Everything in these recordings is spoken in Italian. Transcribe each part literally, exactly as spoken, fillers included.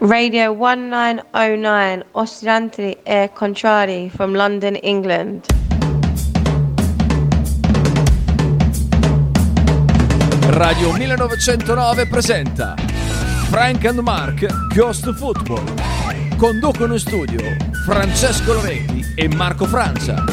Radio nineteen oh nine, Oscilanti e Contrari from London, England. Radio millenovecentonove presenta Frank and Mark Goes to Football. Conducono in studio Francesco Loretti e Marco Francia.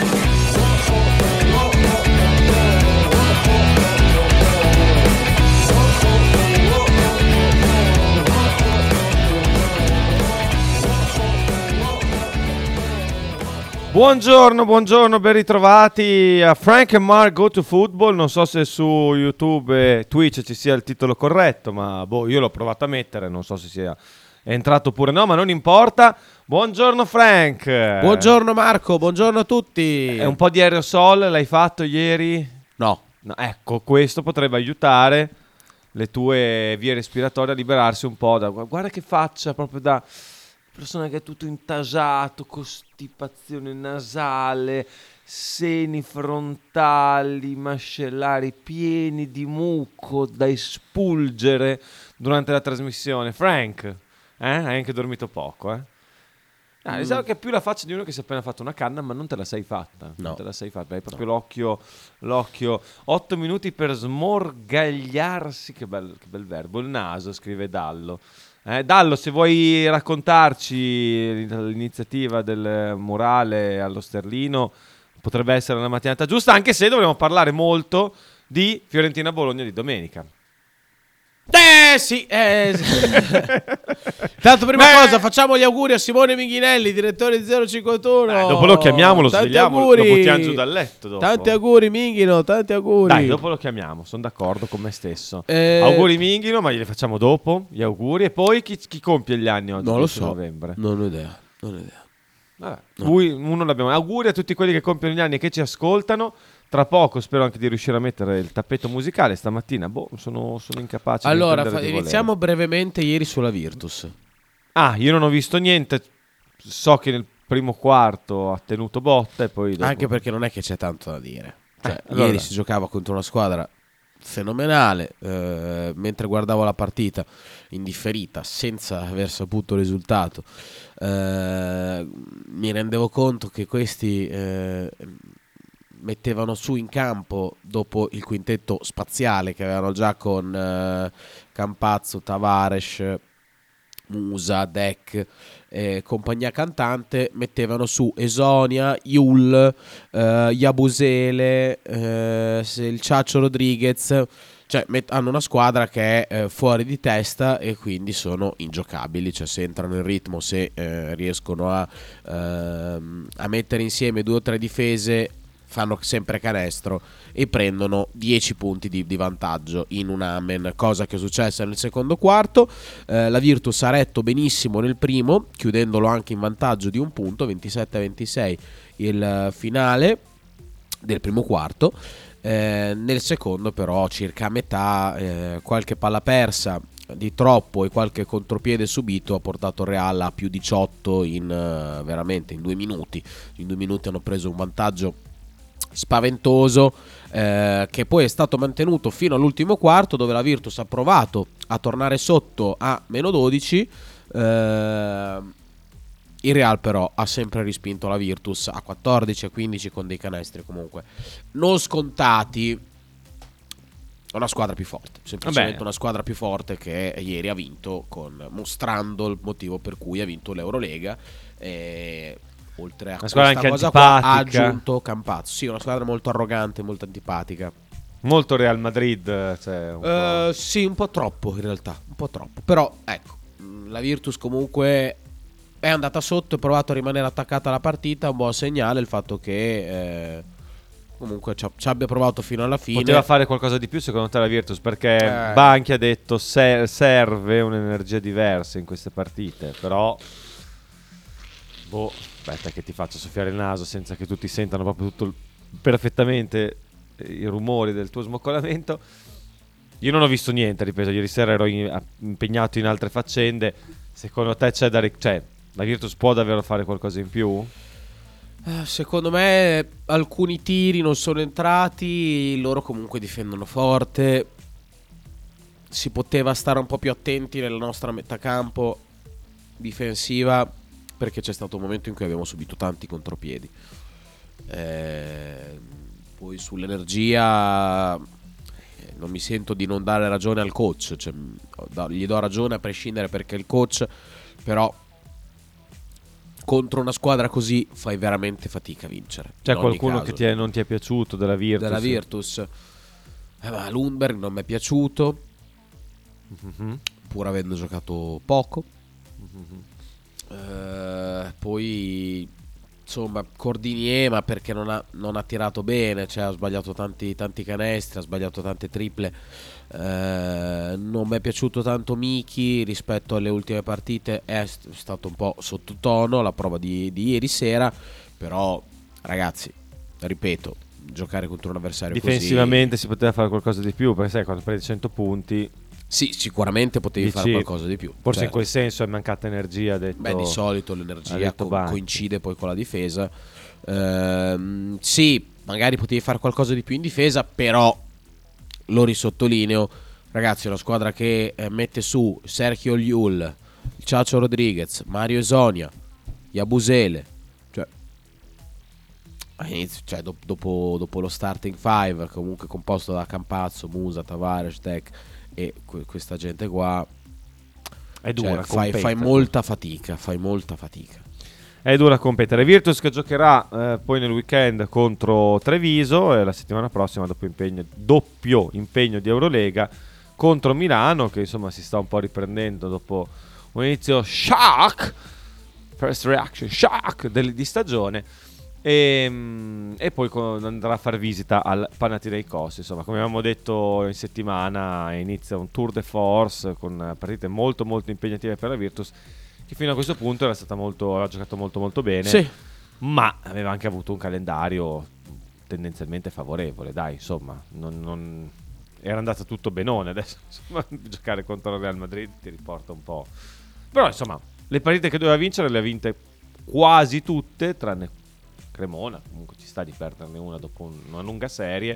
Buongiorno, buongiorno, ben ritrovati a Frank and Mark Go to Football. Non so se su YouTube e Twitch ci sia il titolo corretto, ma boh, io l'ho provato a mettere, non so se sia entrato oppure no, ma non importa. Buongiorno Frank. Buongiorno Marco, buongiorno a tutti. È un po' di aerosol, l'hai fatto ieri? No. No, ecco, questo potrebbe aiutare le tue vie respiratorie a liberarsi un po' da... Guarda che faccia proprio da... persona che è tutto intasato, costipazione nasale, seni frontali, mascellari pieni di muco da espulgere durante la trasmissione. Frank, eh? Hai anche dormito poco, eh? Ah, mm. Diciamo che è più la faccia di uno che si è appena fatto una canna, ma non te la sei fatta. No. Non te la sei fatta, hai proprio No. l'occhio, l'occhio. Otto minuti per smorgagliarsi, che bel, che bel verbo. Il naso, scrive Dallo. Eh, Dallo, se vuoi raccontarci l'iniziativa del murale allo Sterlino, potrebbe essere una mattinata giusta, anche se dovremo parlare molto di Fiorentina-Bologna di domenica. Eh sì, eh, tanto prima Beh. cosa facciamo gli auguri a Simone Minghinelli, direttore di zero cinquantuno. Dai, dopo lo chiamiamo, lo Tanti svegliamo, auguri. lo buttiamo giù dal letto dopo. Tanti auguri Minghino, tanti auguri. Dai, dopo lo chiamiamo, sono d'accordo con me stesso. Eh, Auguri Minghino, ma glieli facciamo dopo, gli auguri. E poi chi, chi compie gli anni oggi? Non lo dieci so, novembre. non ho idea, non ho idea. Vabbè, No. lui, uno l'abbiamo. Auguri a tutti quelli che compiono gli anni e che ci ascoltano. Tra poco spero anche di riuscire a mettere il tappeto musicale stamattina. Boh, sono, sono incapace Allora, di fa- intendere di iniziamo brevemente ieri sulla Virtus. volere. Ah, io non ho visto niente. So che nel primo quarto ha tenuto botta e poi dopo... Anche perché non è che c'è tanto da dire. Cioè, Eh, allora ieri dai. si giocava contro una squadra fenomenale, eh, mentre guardavo la partita in differita senza aver saputo il risultato, eh, mi rendevo conto che questi eh, mettevano su in campo, dopo il quintetto spaziale che avevano già con eh, Campazzo, Tavares, Musa, Dec, eh, compagnia cantante, mettevano su Esonia, Yul, eh, Yabusele, eh, se- il Ciaccio Rodriguez. Cioè met- hanno una squadra che è eh, fuori di testa e quindi sono ingiocabili. Cioè, se entrano in ritmo, se eh, riescono a, ehm, a mettere insieme due o tre difese, fanno sempre canestro e prendono dieci punti di, di vantaggio in un amen, cosa che è successa nel secondo quarto. Eh, la Virtus ha retto benissimo nel primo, chiudendolo anche in vantaggio di un punto, ventisette a ventisei il eh, finale del primo quarto. Eh, nel secondo però circa a metà, eh, qualche palla persa di troppo e qualche contropiede subito ha portato Real a più diciotto in eh, veramente in due minuti. In due minuti hanno preso un vantaggio spaventoso, eh, che poi è stato mantenuto fino all'ultimo quarto, dove la Virtus ha provato a tornare sotto a meno dodici. eh, il Real però ha sempre respinto la Virtus a quattordici a quindici con dei canestri comunque non scontati. È una squadra più forte, semplicemente Vabbè. una squadra più forte che ieri ha vinto, con, mostrando il motivo per cui ha vinto l'Eurolega. E oltre a Una squadra questa anche cosa qua, ha antipatica. aggiunto Campazzo. Sì, una squadra molto arrogante, molto antipatica. Molto Real Madrid, cioè un po'. Eh, sì, un po' troppo in realtà, un po' troppo. Però ecco, mh, la Virtus comunque è andata sotto e ha provato a rimanere attaccata alla partita. Un buon segnale il fatto che eh, comunque ci, ci abbia provato fino alla fine. Poteva fare qualcosa di più secondo te la Virtus, perché Eh. Banchi ha detto se- serve un'energia diversa in queste partite, però boh, aspetta che ti faccio soffiare il naso senza che tutti sentano proprio tutto il- perfettamente i rumori del tuo smoccolamento. Io non ho visto niente, ripeto, ieri sera ero in- a- impegnato in altre faccende. Secondo te c'è da ric- cioè, la Virtus può davvero fare qualcosa in più? Eh, Secondo me alcuni tiri non sono entrati, loro comunque difendono forte. Si poteva stare un po' più attenti nella nostra metà campo difensiva, perché c'è stato un momento in cui abbiamo subito tanti contropiedi. Eh, poi sull'energia eh, non mi sento di non dare ragione al coach, cioè, da, gli do ragione a prescindere, perché il coach però contro una squadra così fai veramente fatica a vincere. C'è in ogni qualcuno caso. che ti è, non ti è piaciuto della Virtus? Della Virtus eh, ma Lundberg non mi è piaciuto, Mm-hmm. pur avendo giocato poco. Mm-hmm. Eh, poi insomma Cordinier, ma perché non ha, non ha tirato bene, cioè ha sbagliato tanti, tanti canestri, ha sbagliato tante triple. Eh, non mi è piaciuto tanto Miki rispetto alle ultime partite, è st- stato un po' sottotono la prova di, di ieri sera, però ragazzi, ripeto, giocare contro un avversario Difensivamente così, si poteva fare qualcosa di più, perché sai, quando prendi cento punti sì, sicuramente potevi dici, fare qualcosa di più, forse certo. in quel senso è mancata energia, ha detto. Beh, di solito ha l'energia detto co- Banchi. coincide poi con la difesa. Ehm, sì, magari potevi fare qualcosa di più in difesa, però lo risottolineo, ragazzi, è una squadra che eh, mette su Sergio Llull, Chacho Rodriguez, Mario Esonia, Yabusele, cioè, all'inizio- cioè do- dopo, dopo lo starting five, comunque composto da Campazzo, Musa, Tavares, Tech e que- questa gente qua, È dura, cioè, fai, fai competere. molta fatica, fai molta fatica. È dura competere. Virtus che giocherà eh, poi nel weekend contro Treviso e la settimana prossima dopo impegno, doppio impegno di Eurolega contro Milano, che insomma si sta un po' riprendendo dopo un inizio shock, first reaction shock del, di stagione, e, mm, e poi con, andrà a far visita al Panathinaikos. Insomma, come avevamo detto in settimana, inizia un tour de force con partite molto molto impegnative per la Virtus, che fino a questo punto era stata molto, aveva giocato molto molto bene, Sì. ma aveva anche avuto un calendario tendenzialmente favorevole, dai, insomma, non, non- era andato tutto benone. Adesso insomma, giocare contro il Real Madrid ti riporta un po', però insomma le partite che doveva vincere le ha vinte quasi tutte, tranne Cremona, comunque ci sta di perderne una dopo un- una lunga serie,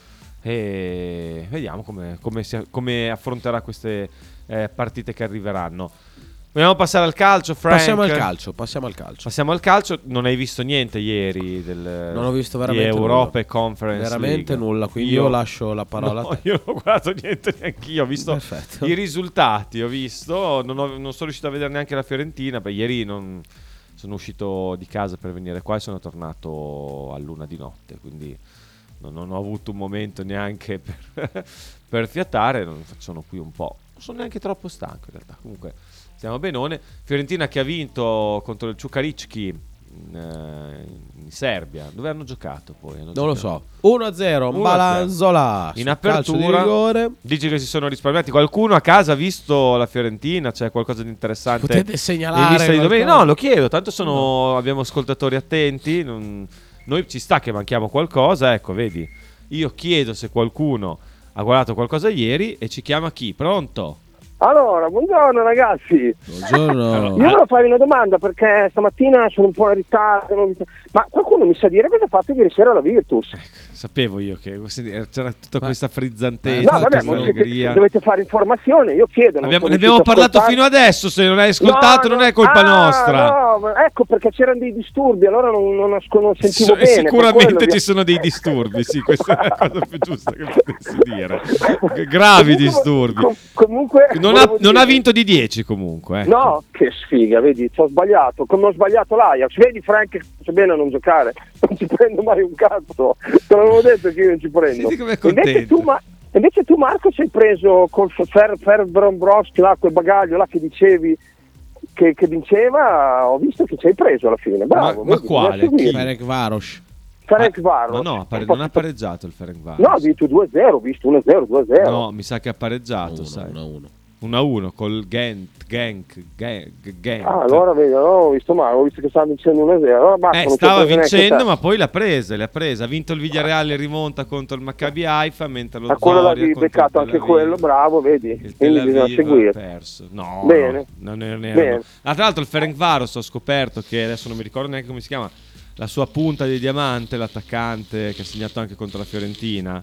e vediamo come, come, si- come affronterà queste eh, partite che arriveranno. Vogliamo passare al calcio, Frank? Passiamo al calcio, passiamo al calcio. Passiamo al calcio. Non hai visto niente ieri del, Non ho visto veramente di Europa nulla. e Conference Veramente League? nulla, quindi io, lascio la parola No, a te. io non ho guardato niente neanche io. Ho visto Perfetto. i risultati, ho visto, non, ho- non sono riuscito a vedere neanche la Fiorentina. Beh, ieri non, sono uscito di casa per venire qua e sono tornato a luna di notte, quindi non, non ho avuto un momento neanche per, per fiatare. Non, sono qui un po', non sono neanche troppo stanco in realtà. Comunque stiamo benone. Fiorentina che ha vinto contro il Čukarički in, eh, in Serbia. Dove hanno giocato poi? Hanno Non lo giocato- so. uno a zero, uno a Balanzola. In sul calcio di apertura rigore. dici che si sono risparmiati. Qualcuno a casa ha visto la Fiorentina? C'è qualcosa di interessante Potete in segnalare vista di domenica? qualcosa? No, lo chiedo, tanto sono, abbiamo ascoltatori attenti, non- noi ci sta che manchiamo qualcosa, ecco, vedi, io chiedo se qualcuno ha guardato qualcosa ieri e ci chiama chi? Pronto? Allora, buongiorno ragazzi. Buongiorno. Io volevo farvi una domanda perché stamattina sono un po' in ritardo, non- ma qualcuno mi sa dire cosa ha fatto ieri sera la Virtus? Sapevo io che c'era tutta Ma- questa Ma frizzantezza, No, vabbè, questa ma siete- allegria. dovete fare informazione, io chiedo. non Abbiamo- sono ne abbiamo riuscito a parlato ascoltare. fino adesso, se non hai ascoltato No, non no. è colpa Ah, nostra. No, ma ecco perché c'erano dei disturbi, allora non, non, asco- non sentivo S- bene. per Sicuramente quello ci vi- sono dei disturbi, sì, questa è la cosa più giusta che potessi dire. Gravi Comunque- disturbi. com- comunque Non ha, volevo non dire- ha vinto di dieci comunque. ecco. No, che sfiga, vedi, ci ho sbagliato, come ho sbagliato l'Ajax, vedi Frank che fa bene a non giocare, non ci prendo mai un cazzo, te l'avevo detto che io non ci prendo. Senti com'è Invece contento. tu, ma- invece tu Marco ci hai preso col Fer, Fer Brombroski, là, quel bagaglio là che dicevi che, che vinceva, ho visto che ci hai preso alla fine, bravo. Ma- ma vedi, quale? bisogna seguire. Chi? Ferenc Varos. Ferenc Ah, Varos. ma no, ha pare- non ha pareggiato il Ferencváros. No, ha vinto due a zero, ho visto uno a zero, due a zero. No, mi sa che ha pareggiato, sai. uno a uno. uno a uno col Gent, Genk, Genk, Genk. Ah, allora vedi, no, ho visto male, ho visto che stava vincendo uno a zero. Allora basta, Eh, non ci ho stava preso neanche vincendo, te. ma poi l'ha presa, l'ha presa. Ha vinto il Villarreal in rimonta contro il Maccabi Haifa, mentre lo A quello Zoria l'avevi contro beccato il anche Tel Aviv. quello, bravo, vedi, Il Tel quindi bisogna Aviv ha seguire. perso. No, Bene. no, non ne Bene. erano. Ah, tra l'altro il Ferencváros ho scoperto che adesso non mi ricordo neanche come si chiama, la sua punta di diamante, l'attaccante che ha segnato anche contro la Fiorentina,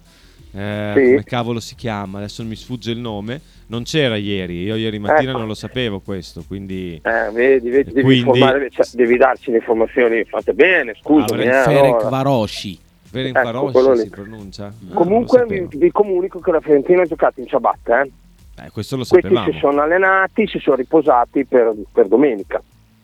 eh, Sì. come cavolo si chiama, adesso mi sfugge il nome, non c'era ieri, io ieri mattina Ecco. non lo sapevo questo, quindi Eh, vedi, vedi, devi, Quindi- informare, cioè, devi darci le informazioni fatte bene, scusami. Avrei- Eh, Ferenc allora. Varoshi. Ferenc Ecco, Varoshi quello lì. si pronuncia? Ah, non Comunque lo vi, sapevo. vi comunico che la Fiorentina ha giocato in ciabatte, eh. Eh, questo lo Questi sapevamo. si sono allenati, si sono riposati per, per domenica.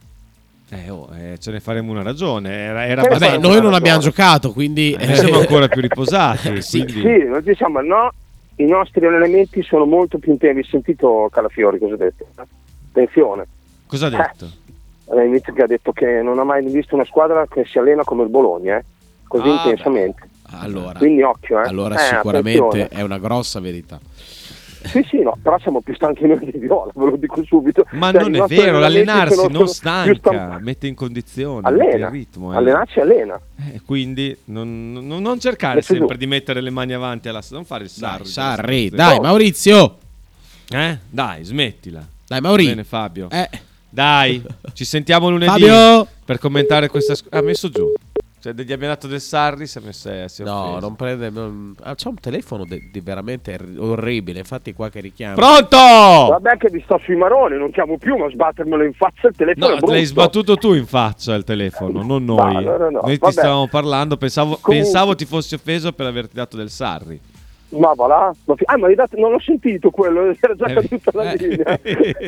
Eh, oh, eh, ce ne faremo una ragione. Era, era Eh, Vabbè, abbastanza- noi non abbiamo giocato, quindi Eh, siamo ancora più riposati. Sì. quindi- Sì, noi diciamo no, i nostri allenamenti sono molto più intensi. Hai sentito Calafiori cosa ha detto? Attenzione, Cosa ha detto? all'inizio che ha detto che non ha mai visto una squadra che si allena come il Bologna, eh? così Ah, intensamente. allora, Quindi occhio, eh. allora Eh, sicuramente attenzione. è una grossa verità. Sì, sì, no, però siamo più stanchi noi di Viola, ve lo dico subito. Ma Cioè, non i è nostri vero, allenamenti l'allenarsi sono- non sono più stanca, stamp- mette in condizione, mette Allena, il ritmo. eh. allenarsi allena. Eh, quindi non, non- non cercare Metti sempre giù. di mettere le mani avanti alla non fare il Dai, sarri. Sarri, della dai Maurizio. situazione. Eh? Dai, smettila. Dai Mauri. Bene Fabio. Eh, Dai, ci sentiamo lunedì Fabio. per commentare questa sc- ha messo giù. Cioè, gli abbiamo dato del Sarri, si è messo si è No, offeso. non prende. Non... Ah, c'è un telefono de- di veramente er- orribile. Infatti, qua che richiama. Pronto? Vabbè che vi sto sui maroni, non chiamo più, ma sbattermelo in faccia il telefono è No, brutto. l'hai sbattuto tu in faccia il telefono, non noi. No, allora no, Noi ti vabbè. stavamo parlando, pensavo, Comunque- pensavo ti fossi offeso per averti dato del Sarri. Ma va là, ma fi- ah, ma hai dato- non l'ho sentito quello, era già Eh, caduta la eh, linea.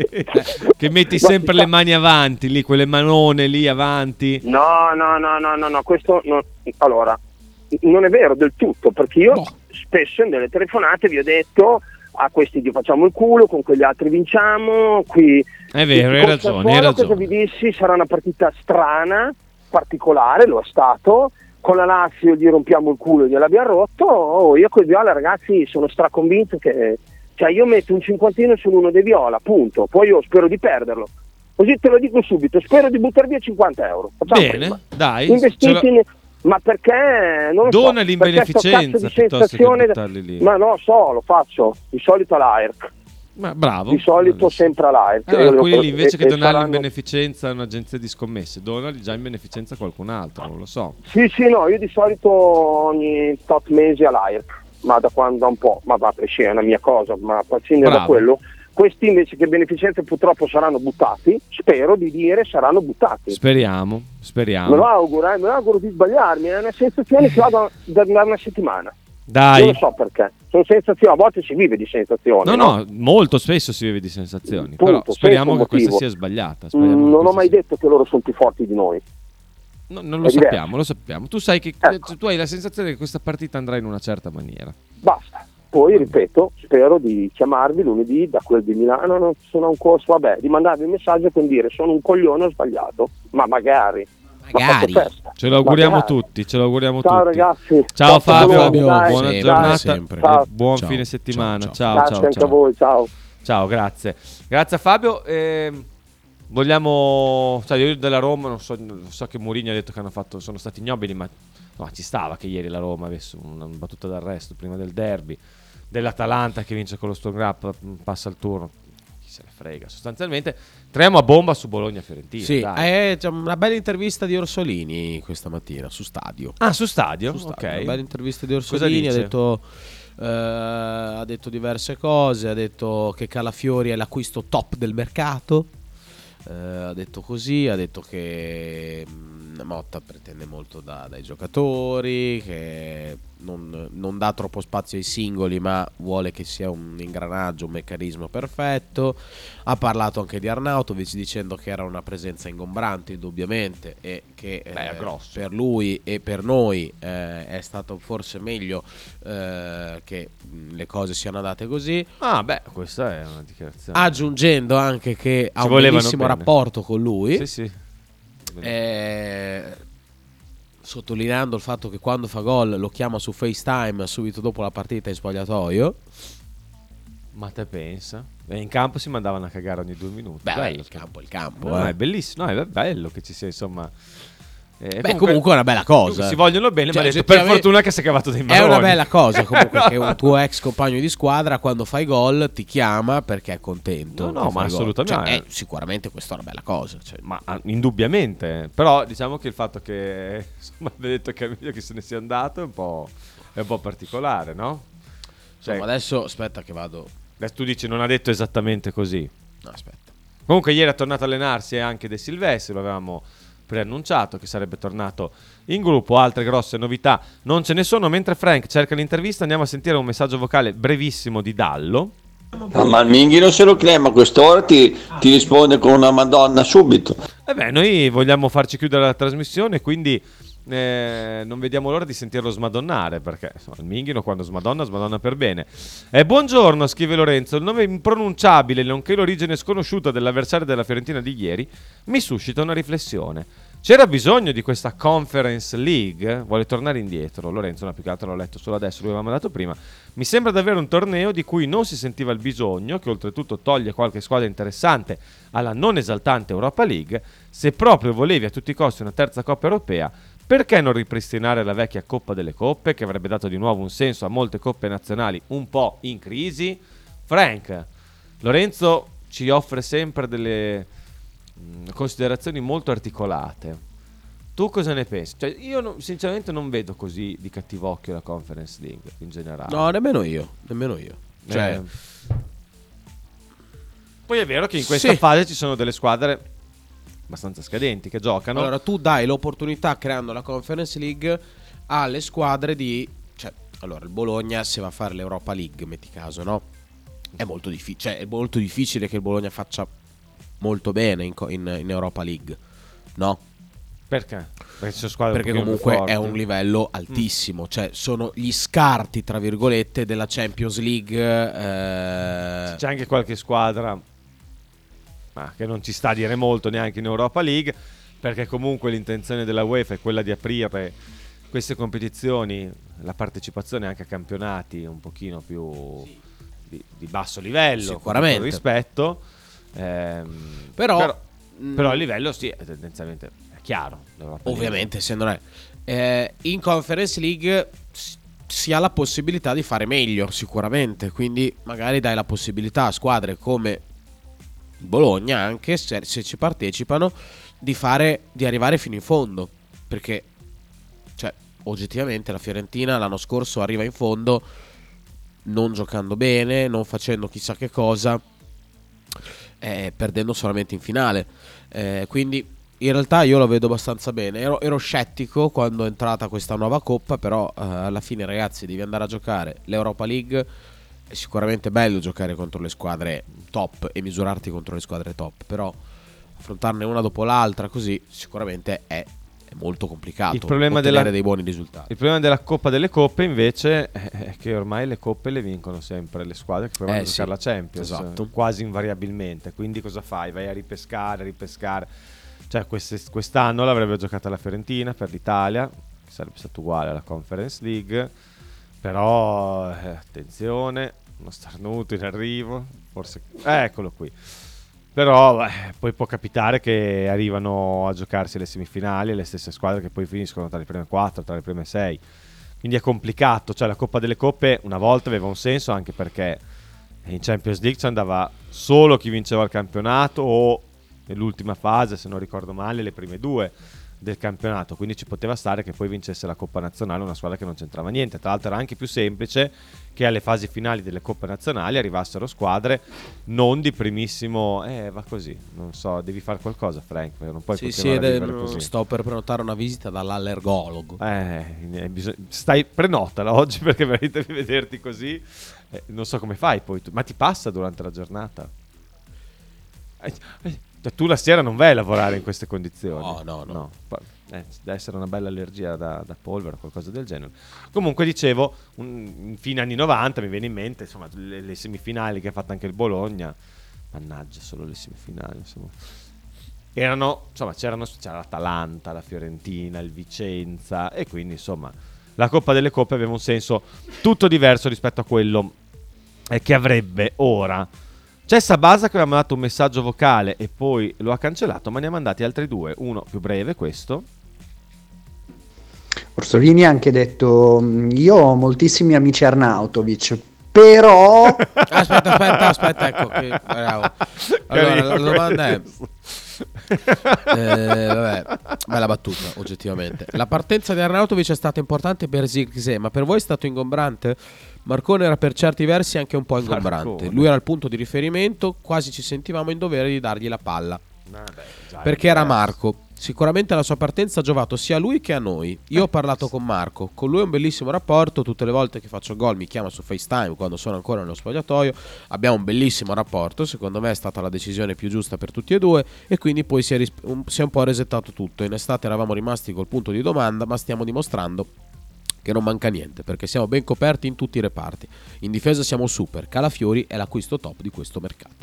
che metti Ma sempre si le sta- mani avanti, lì, quelle manone lì avanti. No, no, no, no, no, no, questo no. Allora, non è vero del tutto, perché io Boh. spesso nelle telefonate vi ho detto a questi gli facciamo il culo, con quegli altri vinciamo, qui... È vero, hai Con ragione, Sassuolo hai cosa ragione. vi dissi? Sarà una partita strana, particolare, lo è stato. Con la Lazio gli rompiamo il culo e gliel'abbiamo rotto. Oh, io con il Viola, ragazzi, sono straconvinto che... Cioè, io metto un cinquantino sull'uno dei Viola, punto. Poi io spero di perderlo. Così te lo dico subito, spero di buttare via cinquanta euro. Facciamo Bene, prima. dai. Investiti ce la- in- ma perché non lo so, Donali in perché sto beneficenza cazzo di piuttosto che sensazione- buttarli lì. Ma no, so, lo faccio di solito all'A I R C, Ma bravo. di solito sempre all'A I R C. Allora, Io lo- quelli lì invece e- che e donarli in saranno- beneficenza a un'agenzia di scommesse, donali già in beneficenza a qualcun altro, non lo so. Sì, sì, no, io di solito ogni tot mesi all'A I R C, ma da quando da un po', ma va, sì, è una mia cosa, ma a prescindere da Bravo. quello, questi invece che beneficenze purtroppo saranno buttati, spero di dire saranno buttati. Speriamo, Me lo speriamo. auguro, eh, me lo auguro di sbagliarmi, è una sensazione che ho da, da, da una settimana. Dai. Non lo so perché, sono sensazioni, a volte si vive di sensazioni. No, no, molto spesso si vive di sensazioni, Punto, però speriamo senza che questa motivo. sia sbagliata. Mm, speriamo che non ho questa mai sia- detto che loro sono più forti di noi. No, non lo è diverso. sappiamo, lo sappiamo. Tu sai che Ecco. tu hai la sensazione che questa partita andrà in una certa maniera. Basta. Poi ripeto, spero di chiamarvi lunedì da quel di Milano, non sono un corso, vabbè, di mandarvi un messaggio con dire sono un coglione, ho sbagliato, ma magari. Magari. Ma fatto festa. Ce lo auguriamo Magari. tutti, ce lo auguriamo Ciao tutti. ragazzi. Ciao Forza Fabio, Bologna, dai. buona Sempre, giornata sempre. e Ciao. buon Ciao. fine settimana. Ciao, Ciao, Grazie ciao, anche ciao. a voi, ciao. Ciao, grazie. Grazie a Fabio. Ehm, vogliamo, cioè io della Roma, non so, so che Mourinho ha detto che hanno fatto, sono stati ignobili, ma no, ci stava che ieri la Roma avesse una battuta d'arresto prima del derby, dell'Atalanta che vince con lo Stone Grap, passa il turno. Chi se ne frega, sostanzialmente tremo a bomba su Bologna-Fiorentina. Sì, dai. eh, c'è una bella intervista di Orsolini questa mattina su Stadio. Ah, su stadio? Su Stadio, Ok. Una bella intervista di Cosa Orsolini, ha dice? detto, eh, ha detto diverse cose, ha detto che Calafiori è l'acquisto top del mercato, eh, ha detto così, ha detto che mh, Motta pretende molto da- dai giocatori, che non, non dà troppo spazio ai singoli ma vuole che sia un ingranaggio, un meccanismo perfetto. Ha parlato anche di Arnautovic dicendo che era una presenza ingombrante indubbiamente e che Beh, è eh, grosso. per lui e per noi eh, è stato forse meglio eh, che mh, le cose siano andate così, Ah, beh, questa è una dichiarazione. aggiungendo anche che ha Ci un volevano bellissimo bene. rapporto con lui. Sì, sì. Eh, sottolineando il fatto che quando fa gol lo chiama su FaceTime subito dopo la partita in spogliatoio. Ma te pensa? E in campo si mandavano a cagare ogni due minuti. Beh, Bello. il campo è il campo. No, eh. è bellissimo, no, è bello che ci sia, insomma. Eh, Beh, comunque è una bella cosa. Si vogliono bene, Cioè, ma ha detto, per oggettivamente- fortuna che si è cavato dei È maroni. una bella cosa comunque No. che un tuo ex compagno di squadra quando fai gol ti chiama perché è contento. No, no, che ma fai gol. assolutamente. Cioè, eh, sicuramente questa è una bella cosa. Cioè, Ma ah, indubbiamente. Però diciamo che il fatto che insomma abbia detto che è meglio che se ne sia andato è un po', è un po' particolare, no? Cioè, Insomma, adesso aspetta che vado. adesso tu dici non ha detto esattamente così. No, aspetta. Comunque ieri è tornato a allenarsi anche De Silvestri, lo avevamo preannunciato che sarebbe tornato in gruppo. Altre grosse novità non ce ne sono. Mentre Frank cerca l'intervista, andiamo a sentire un messaggio vocale brevissimo di Dallo. No, ma il Minghino se lo chiama a quest'ora ti, ti risponde con una madonna subito. E beh, noi vogliamo farci chiudere la trasmissione, quindi eh, non vediamo l'ora di sentirlo smadonnare, perché insomma, il Minghino quando smadonna, smadonna per bene. Eh, buongiorno, scrive Lorenzo, il nome impronunciabile nonché l'origine sconosciuta dell'avversario della Fiorentina di ieri mi suscita una riflessione. C'era bisogno di questa Conference League? Vuole tornare indietro Lorenzo, no, più che altro l'ho letto solo adesso, lo avevamo dato prima. Mi sembra davvero un torneo di cui non si sentiva il bisogno, che oltretutto toglie qualche squadra interessante alla non esaltante Europa League. Se proprio volevi a tutti i costi una terza Coppa Europea, perché non ripristinare la vecchia Coppa delle Coppe, che avrebbe dato di nuovo un senso a molte coppe nazionali un po' in crisi? Frank, Lorenzo ci offre sempre delle mh, considerazioni molto articolate. Tu cosa ne pensi? Cioè, io no, sinceramente non vedo così di cattivo occhio la Conference League in generale. No, nemmeno io, nemmeno io. Cioè, Eh, Poi è vero che in questa Sì. fase ci sono delle squadre abbastanza scadenti che giocano. allora tu dai l'opportunità, creando la Conference League, alle squadre di, cioè, allora il Bologna se va a fare l'Europa League, metti caso, no? È molto difficile, cioè è molto difficile che il Bologna faccia molto bene in, co- in, in Europa League, no? Perché? Perché, ci sono squadre un Perché pochino più comunque è forti. un livello altissimo, cioè sono gli scarti tra virgolette della Champions League. eh, C'è anche qualche squadra ma che non ci sta a dire molto neanche in Europa League, perché comunque l'intenzione della UEFA è quella di aprire queste competizioni, la partecipazione anche a campionati un pochino più di, di basso livello, Sicuramente. con tutto il rispetto. Ehm, Però- però, mm, però il livello sì, è tendenzialmente è chiaro. l'Europa League. Ovviamente, se non è eh, in Conference League s- si ha la possibilità di fare meglio, sicuramente. Quindi magari dai la possibilità a squadre come Bologna, anche se, se ci partecipano, di fare di arrivare fino in fondo. Perché, cioè, oggettivamente la Fiorentina l'anno scorso arriva in fondo non giocando bene, non facendo chissà che cosa, eh, perdendo solamente in finale. Eh, quindi in realtà io lo vedo abbastanza bene. Ero, ero scettico quando è entrata questa nuova coppa, però eh, alla fine, ragazzi, devi andare a giocare l'Europa League. È sicuramente bello giocare contro le squadre top e misurarti contro le squadre top, però affrontarne una dopo l'altra così sicuramente è, è molto complicato. Il problema ottenere della- dei buoni risultati. Il problema della Coppa delle Coppe invece è che ormai le coppe le vincono sempre le squadre che provano Eh, a giocare sì, la Champions, esatto. quasi invariabilmente. Quindi cosa fai? Vai a ripescare, ripescare. Cioè queste- quest'anno l'avrebbe giocata la Fiorentina per l'Italia, che sarebbe stato uguale alla Conference League. Però eh, attenzione, uno starnuto in arrivo, forse eh, eccolo qui. Però beh, poi può capitare che arrivano a giocarsi le semifinali le stesse squadre che poi finiscono tra le prime quattro, tra le prime sei. Quindi è complicato. Cioè la Coppa delle Coppe una volta aveva un senso, anche perché in Champions League ci andava solo chi vinceva il campionato o nell'ultima fase, se non ricordo male, le prime due del campionato. Quindi ci poteva stare che poi vincesse la Coppa Nazionale una squadra che non c'entrava niente. Tra l'altro era anche più semplice che alle fasi finali delle Coppe Nazionali arrivassero squadre non di primissimo. Eh, va così. Non so, devi fare qualcosa, Frank, perché non puoi Sì, continuare sì, a ed è- vivere così. sto per prenotare una visita dall'allergologo. Eh, eh, bisog- stai prenotala oggi perché veramente vederti così eh, non so come fai poi tu- ma ti passa durante la giornata? Eh, eh, cioè, tu la sera non vai a lavorare in queste condizioni? No, no, no. Pa- eh, deve essere una bella allergia da, da polvere o qualcosa del genere. Comunque dicevo, un, in fine anni novanta mi viene in mente insomma le, le semifinali che ha fatto anche il Bologna. Mannaggia, solo le semifinali insomma. Erano, insomma, c'erano, c'era l'Atalanta, la Fiorentina, il Vicenza e quindi insomma la Coppa delle Coppe aveva un senso tutto diverso rispetto a quello eh, che avrebbe ora. C'è Sabasa che aveva mandato un messaggio vocale e poi lo ha cancellato, ma ne ha mandati altri due, uno più breve, questo. Orsolini ha anche detto: io ho moltissimi amici Arnautovic, però Aspetta, aspetta, aspetta, ecco che, bravo. Allora, Carino la domanda è: questo. eh, vabbè, bella battuta, oggettivamente. La partenza di Arnautovic è stata importante per Zirkzee, ma per voi è stato ingombrante? Marcone era per certi versi anche un po' ingombrante. Marcone. Lui era il punto di riferimento, quasi ci sentivamo in dovere di dargli la palla. Vabbè, già Perché è era diverso. Marco. Sicuramente la sua partenza ha giovato sia a lui che a noi. Io ho parlato con Marco, con lui ho un bellissimo rapporto. Tutte le volte che faccio gol mi chiama su FaceTime quando sono ancora nello spogliatoio. Abbiamo un bellissimo rapporto. Secondo me è stata la decisione più giusta per tutti e due. E quindi poi si è, ris- un, si è un po' resettato tutto. In estate eravamo rimasti col punto di domanda, ma stiamo dimostrando che non manca niente, perché siamo ben coperti in tutti i reparti. In difesa siamo super. Calafiori è l'acquisto top di questo mercato.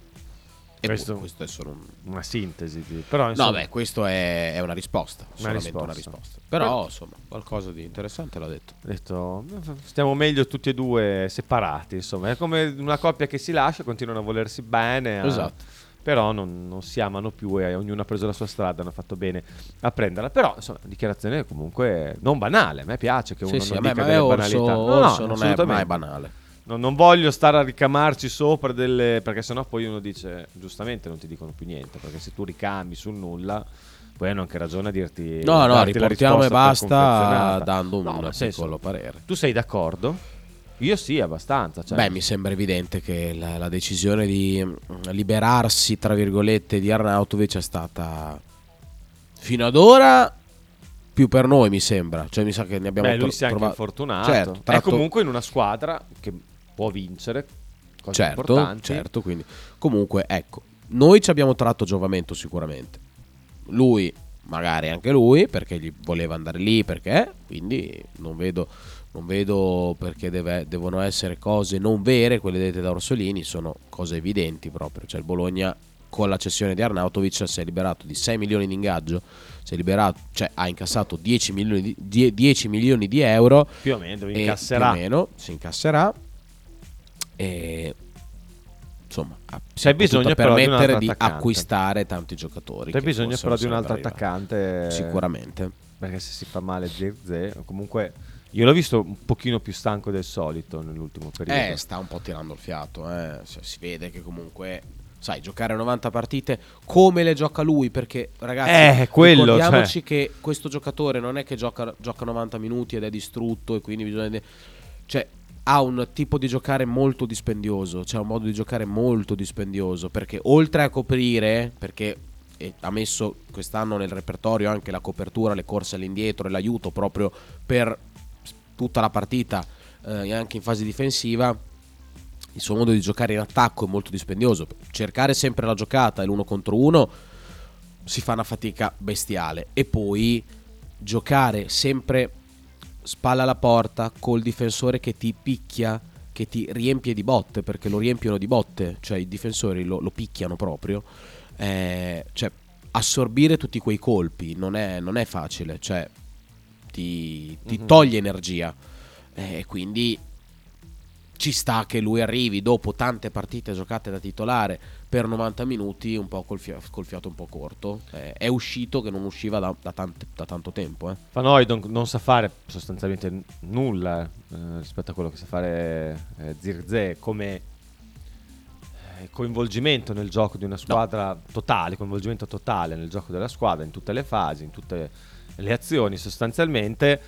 E Questo- poi, questo è solo un... Una sintesi, di- però No, insomma, beh, questo è, è una risposta, Una solamente risposta. una risposta. Però, insomma, qualcosa di interessante l'ha detto. ho detto, stiamo meglio tutti e due separati, insomma, è come una coppia che si lascia, continuano a volersi bene, a- Esatto. però non, non si amano più e ognuno ha preso la sua strada, hanno fatto bene a prenderla. Però insomma, dichiarazione comunque non banale, a me piace che uno Sì, sì, non a me, dica ma a me delle Orso, banalità. Orso non è assolutamente. mai banale. Non, non voglio stare a ricamarci sopra delle, perché sennò poi uno dice, giustamente non ti dicono più niente, perché se tu ricami sul nulla poi hanno anche ragione a dirti No, no, darti la riportiamo e risposta basta preconfezionata. dando un, No, un nel senso, piccolo parere. tu sei d'accordo? Io sì, abbastanza. Cioè, Beh, mi sembra evidente che la, la decisione di mm, liberarsi, tra virgolette, di Arnautovic è stata fino ad ora più per noi, mi sembra. Cioè, mi sa che ne abbiamo beh, lui tro- si è anche trovato- infortunato. Certo, È tratto- comunque in una squadra che può vincere cose Certo, importanti. certo, quindi comunque ecco, noi ci abbiamo tratto giovamento sicuramente. Lui, magari anche lui, perché gli voleva andare lì, perché, quindi non vedo non vedo perché deve- devono essere cose non vere quelle dette da Orsolini, sono cose evidenti proprio. Cioè il Bologna con la cessione di Arnautovic si è liberato di sei milioni di ingaggio, si è liberato, cioè ha incassato dieci milioni di, die- dieci milioni di euro Più o meno, e incasserà. più o meno si incasserà e insomma ha- si C'è è potuta bisogno però di un permettere altro di attaccante. acquistare tanti giocatori. C'è che bisogno forse però non di un altro sarebbero arrivati. attaccante. Sicuramente. Perché se si fa male Zirkzee, comunque io l'ho visto un pochino più stanco del solito nell'ultimo periodo. Eh, sta un po' tirando il fiato, eh. Cioè, si vede che comunque, sai, giocare novanta partite come le gioca lui, perché ragazzi, Eh, quello, ricordiamoci cioè. che questo giocatore non è che gioca, gioca novanta minuti ed è distrutto e quindi bisogna... Cioè, ha un tipo di giocare molto dispendioso, c'è un modo di giocare molto dispendioso, perché oltre a coprire, perché e ha messo quest'anno nel repertorio anche la copertura, le corse all'indietro e l'aiuto proprio per tutta la partita, eh, anche in fase difensiva, il suo modo di giocare in attacco è molto dispendioso. Cercare sempre la giocata e l'uno contro uno si fa una fatica bestiale, e poi giocare sempre spalla alla porta col difensore che ti picchia, che ti riempie di botte, perché lo riempiono di botte, cioè i difensori lo, lo picchiano proprio. Eh, cioè assorbire tutti quei colpi non è, non è facile, cioè ti, ti Mhm. toglie energia, e eh, quindi ci sta che lui arrivi dopo tante partite giocate da titolare per novanta minuti un po' col, fia- col fiato un po' corto. Eh, è uscito che non usciva da, da, tante- da tanto tempo, eh. Van Hooijdonk non sa fare sostanzialmente n- nulla eh, rispetto a quello che sa fare eh, Zirkzee come eh, coinvolgimento nel gioco di una squadra totale, coinvolgimento totale nel gioco della squadra in tutte le fasi, in tutte le azioni sostanzialmente.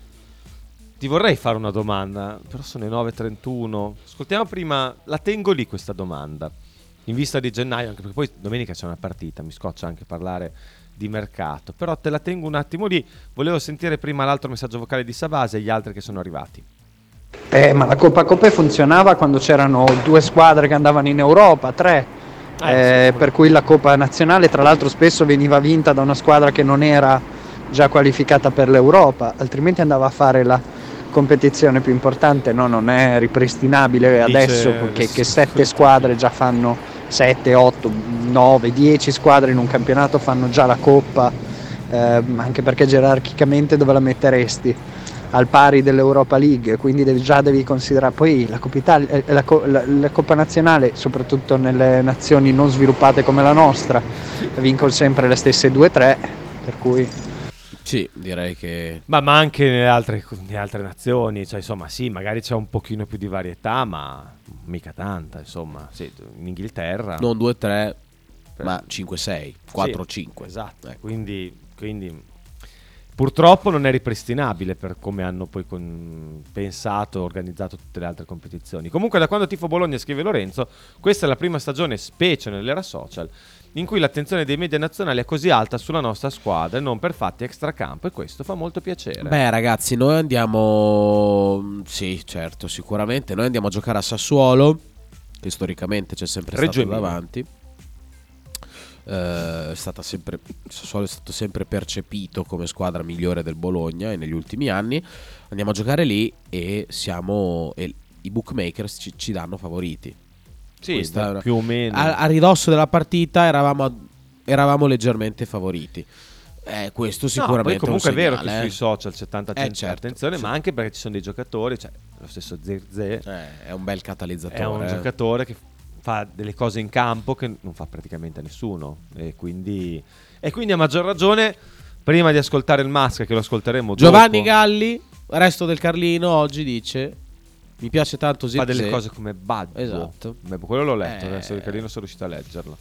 Ti vorrei fare una domanda, però sono le nove e trentuno. Ascoltiamo prima, la tengo lì questa domanda, in vista di gennaio, anche perché poi domenica c'è una partita, mi scoccia anche parlare di mercato, però te la tengo un attimo lì. Volevo sentire prima l'altro messaggio vocale di Sabasi e gli altri che sono arrivati. Eh, ma la Coppa Coppe funzionava quando c'erano due squadre che andavano in Europa, tre, Eh, eh, sì, per cui la Coppa Nazionale tra l'altro spesso veniva vinta da una squadra che non era già qualificata per l'Europa, altrimenti andava a fare la competizione più importante. No, non è ripristinabile Dice adesso le- che, che sette squadre già fanno sette, otto, nove, dieci squadre in un campionato fanno già la Coppa, eh, anche perché gerarchicamente dove la metteresti? Al pari dell'Europa League, quindi devi, già devi considerare. Poi la Coppa, Italia, eh, la, Co- la, la Coppa Nazionale, soprattutto nelle nazioni non sviluppate come la nostra, vincono sempre le stesse due o tre, per cui Sì, direi che Ma, ma anche nelle altre, nelle altre nazioni, cioè insomma sì, magari c'è un pochino più di varietà, ma mica tanta, insomma, sì, in Inghilterra. non due tre. ma cinque sei, quattro cinque. Sì, esatto, ecco. quindi, quindi purtroppo non è ripristinabile per come hanno poi con, pensato, organizzato tutte le altre competizioni. Comunque da quando tifo Bologna, scrive Lorenzo, questa è la prima stagione, specie nell'era social, in cui l'attenzione dei media nazionali è così alta sulla nostra squadra e non per fatti extracampo, e questo fa molto piacere. Beh ragazzi, noi andiamo, sì certo, sicuramente, noi andiamo a giocare a Sassuolo, che storicamente c'è sempre Reggio stato Emilia. davanti. Eh, è stata sempre, Sassuolo è stato sempre percepito come squadra migliore del Bologna, e negli ultimi anni andiamo a giocare lì e siamo, e i bookmakers ci, ci danno favoriti. Sì, Questa è una- più o meno. a, a ridosso della partita eravamo, eravamo leggermente favoriti. Eh, questo No, sicuramente poi comunque è un è vero segnale, che eh. sui social c'è tanta Eh, gente- certo, attenzione, sì. ma anche perché ci sono dei giocatori, cioè lo stesso Zirze Eh, è un bel catalizzatore. è un eh. giocatore che fa delle cose in campo che non fa praticamente nessuno, e quindi, e quindi a maggior ragione, prima di ascoltare il Masca, che lo ascolteremo Giovanni dopo, Galli, resto del Carlino, oggi dice: mi piace tanto fa Zirze. delle cose come Baggio. Esatto. Beh, quello l'ho letto, Eh. adesso il Carlino sono riuscito a leggerlo.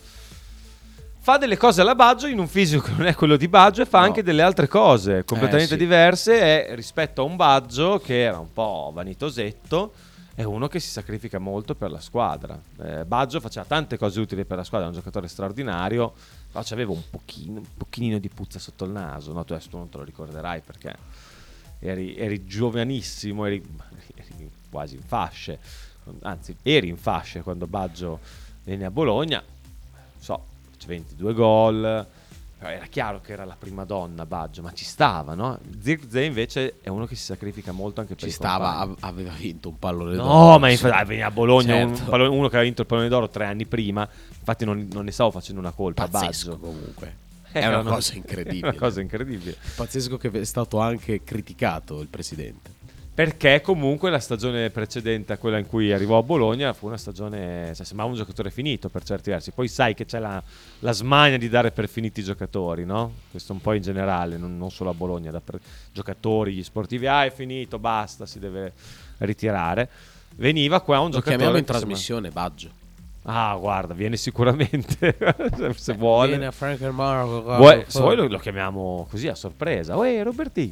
Fa delle cose alla Baggio in un fisico che non è quello di Baggio, e fa No. anche delle altre cose completamente Eh, sì. diverse, e rispetto a un Baggio che era un po' vanitosetto, è uno che si sacrifica molto per la squadra. Eh, Baggio faceva tante cose utili per la squadra, è un giocatore straordinario, però aveva un pochino, un pochino di puzza sotto il naso, no? Tu adesso non te lo ricorderai perché eri, eri giovanissimo, eri, eri quasi in fasce, anzi eri in fasce quando Baggio venne a Bologna, non so, ventidue gol, però era chiaro che era la prima donna Baggio, ma ci stava, no? Zirkzee invece è uno che si sacrifica molto anche per Ci i stava, compagni. av- aveva vinto un pallone d'oro. No, ma infatti ah, veniva a Bologna Certo. un pallone- uno che aveva vinto il pallone d'oro tre anni prima, infatti non, non ne stavo facendo una colpa a Pazzesco Baggio. comunque. Eh, È una no, cosa è incredibile. una cosa incredibile. Pazzesco che è stato anche criticato il presidente. Perché comunque la stagione precedente a quella in cui arrivò a Bologna fu una stagione, cioè, sembrava un giocatore finito per certi versi. Poi sai che c'è la, la smania di dare per finiti i giocatori, no? Questo un po' in generale, non, non solo a Bologna, da per, giocatori, gli sportivi, ah è finito, basta, si deve ritirare. Veniva qua un Lo giocatore chiamiamo in che trasmissione Baggio. sembra- Ah, guarda, viene sicuramente se, se vuole. Viene a Frank and Marco. Vuoi- se vuoi lo, lo chiamiamo così a sorpresa. Uè, Roberti.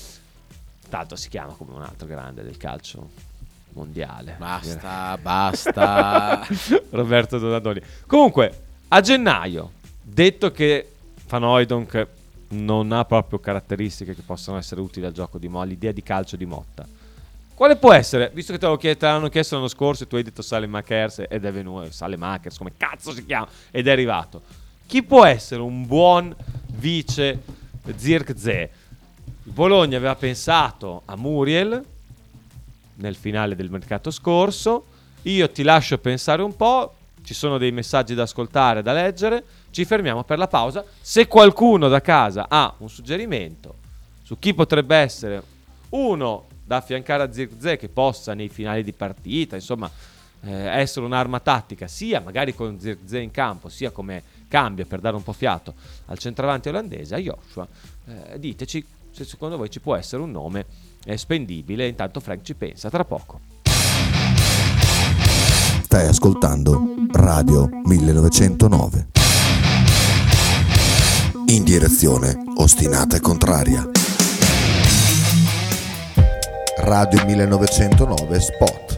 Tanto si chiama come un altro grande del calcio mondiale. Basta, basta. Roberto Donadoni. Comunque, a gennaio, detto che Van Hooijdonk non ha proprio caratteristiche che possano essere utili al gioco di Motta, all'idea di calcio di Motta, quale può essere? Visto che te, lo chied- te l'hanno chiesto l'anno scorso e tu hai detto Salemakers ed è venuto Salemakers, come cazzo si chiama, ed è arrivato. Chi può essere un buon vice Zirkzee? Il Bologna aveva pensato a Muriel nel finale del mercato scorso. Io ti lascio pensare un po', ci sono dei messaggi da ascoltare, da leggere, ci fermiamo per la pausa. Se qualcuno da casa ha un suggerimento su chi potrebbe essere uno da affiancare a Zirkzee che possa nei finali di partita, insomma, eh, essere un'arma tattica, sia magari con Zirkzee in campo, sia come cambio per dare un po' fiato al centravanti olandese, a Joshua, eh, diteci se secondo voi ci può essere un nome eh, spendibile. Intanto Frank ci pensa, tra poco. Stai ascoltando Radio millenovecentonove. In direzione ostinata e contraria. Radio millenovecentonove Spot.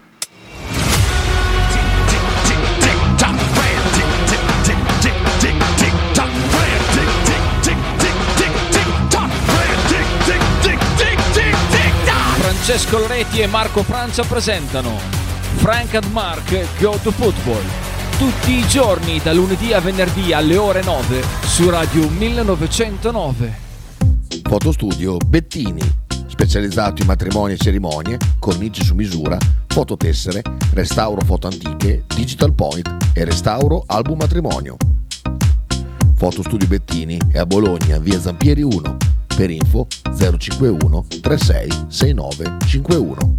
Francesco Loretti e Marco Francia presentano Frank and Mark Go to Football, tutti i giorni da lunedì a venerdì alle ore nove su Radio millenovecentonove. Fotostudio Bettini, specializzato in matrimoni e cerimonie, cornici su misura, fototessere, restauro foto antiche, digital point e restauro album matrimonio. Fotostudio Bettini è a Bologna, via Zampieri uno. Per info zero cinquantuno trentasei sessantanove cinquantuno.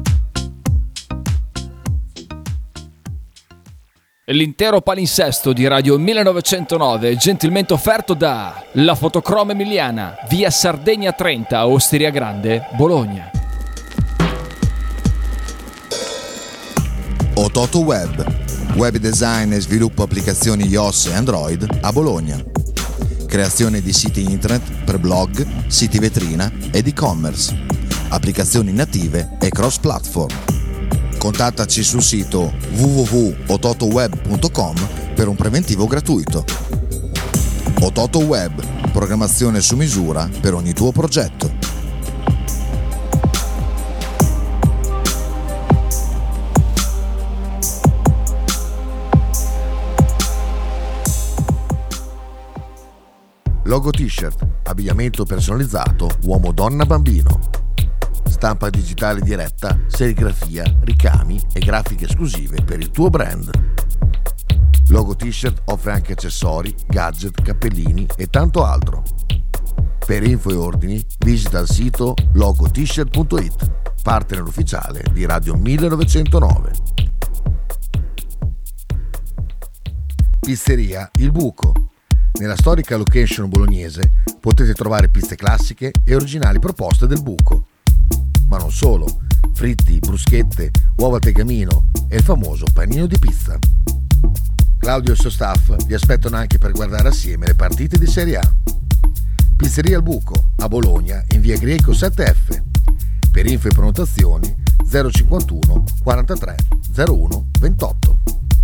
L'intero palinsesto di Radio millenovecentonove è gentilmente offerto da La Fotocroma Emiliana, via Sardegna trenta, Osteria Grande, Bologna. Ototo Web, Web design e sviluppo applicazioni iOS e Android a Bologna. Creazione di siti internet per blog, siti vetrina ed e-commerce. Applicazioni native e cross-platform. Contattaci sul sito w w w punto ototoweb punto com per un preventivo gratuito. Ototoweb, programmazione su misura per ogni tuo progetto. Logo t-shirt, abbigliamento personalizzato uomo, donna, bambino. Stampa digitale diretta, serigrafia, ricami e grafiche esclusive per il tuo brand. Logo t-shirt offre anche accessori, gadget, cappellini e tanto altro. Per info e ordini visita il sito logo t shirt punto it, partner ufficiale di Radio millenovecentonove. Pizzeria Il Buco. Nella storica location bolognese potete trovare pizze classiche e originali proposte del buco. Ma non solo, fritti, bruschette, uova al tegamino e il famoso panino di pizza. Claudio e il suo staff vi aspettano anche per guardare assieme le partite di Serie A. Pizzeria Il Buco, a Bologna, in via Greco sette F. Per info e prenotazioni zero cinquantuno quarantatré zero uno ventotto.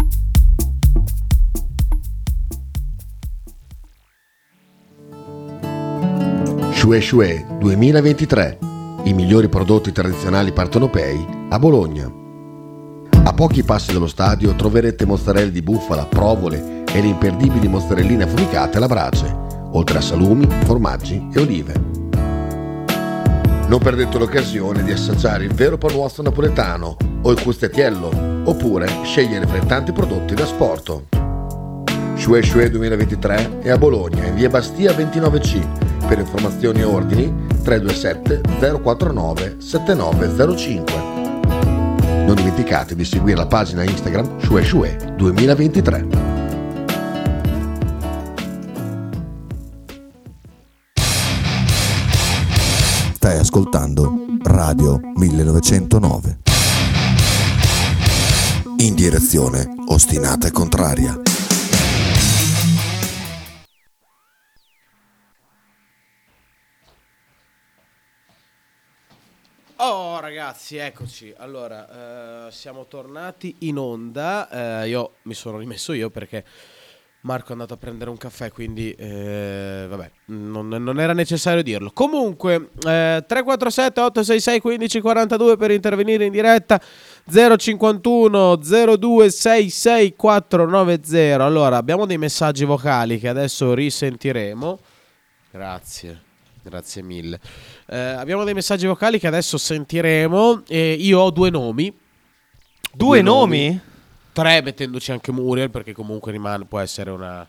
Shue Shue duemilaventitré, i migliori prodotti tradizionali partenopei a Bologna. A pochi passi dallo stadio troverete mozzarella di bufala, provole e le imperdibili mozzarelline affumicate alla brace, oltre a salumi, formaggi e olive. Non perdete l'occasione di assaggiare il vero panuozzo napoletano o il custettiello, oppure scegliere fra i tanti prodotti da sport. Shue Shue duemilaventitré è a Bologna, in via Bastia ventinove C. Per informazioni e ordini tre due sette zero quattro nove sette nove zero cinque. Non dimenticate di seguire la pagina Instagram Shue Shue duemilaventitré. Stai ascoltando Radio millenovecentonove. In direzione ostinata e contraria. Oh ragazzi, eccoci. Allora, eh, siamo tornati in onda. Eh, io mi sono rimesso io perché Marco è andato a prendere un caffè, quindi eh, vabbè, non, non era necessario dirlo. Comunque, eh, tre quattro sette otto sei sei uno cinque quattro due per intervenire in diretta, zero cinquantuno zero due sei sei quattro nove zero. Allora, abbiamo dei messaggi vocali che adesso risentiremo. Grazie. Grazie mille. Eh, abbiamo dei messaggi vocali che adesso sentiremo. E io ho due nomi. Due, due nomi? nomi? Tre, mettendoci anche Muriel, perché comunque rimane, può essere una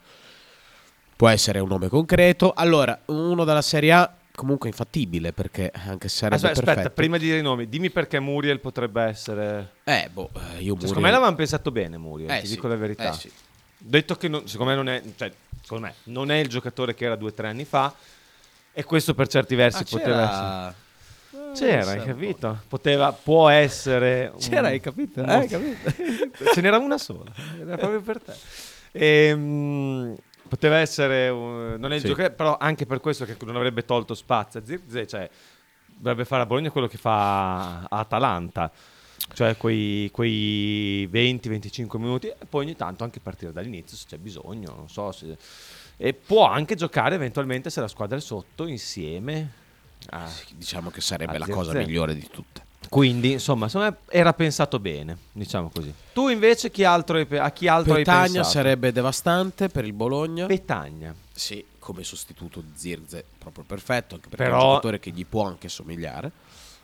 può essere un nome concreto. Allora, uno della Serie A comunque infattibile, perché anche se sarebbe aspetta, perfetto. Aspetta, prima di dire i nomi, dimmi perché Muriel potrebbe essere. Eh, boh, io cioè, Muriel... secondo me l'avevamo pensato bene Muriel, eh, ti sì. dico la verità. Eh, sì. Detto che non, secondo me non è, cioè, secondo me non è il giocatore che era due o tre anni fa. E questo per certi versi ah, poteva c'era... essere. C'era, hai capito? Poteva, può essere. Un... C'era, hai capito? Un... Hai capito? Ce n'era una sola, era proprio per te. E, um, poteva essere. Un... Non è il sì. giocatore, però anche per questo che non avrebbe tolto spazio a Zirkzee, cioè dovrebbe fare a Bologna quello che fa a Atalanta. Cioè quei, quei venti venticinque minuti e poi ogni tanto anche partire dall'inizio se c'è bisogno, non so se... E può anche giocare eventualmente se la squadra è sotto insieme a, sì, diciamo che sarebbe la Zirkzee. cosa migliore di tutte. Quindi insomma, insomma era pensato bene, diciamo così. Tu invece chi altro hai, a chi altro Petagna hai pensato? sarebbe devastante per il Bologna. Petagna. Sì, come sostituto di Zirkzee, proprio perfetto, anche perché Però, è un giocatore che gli può anche somigliare.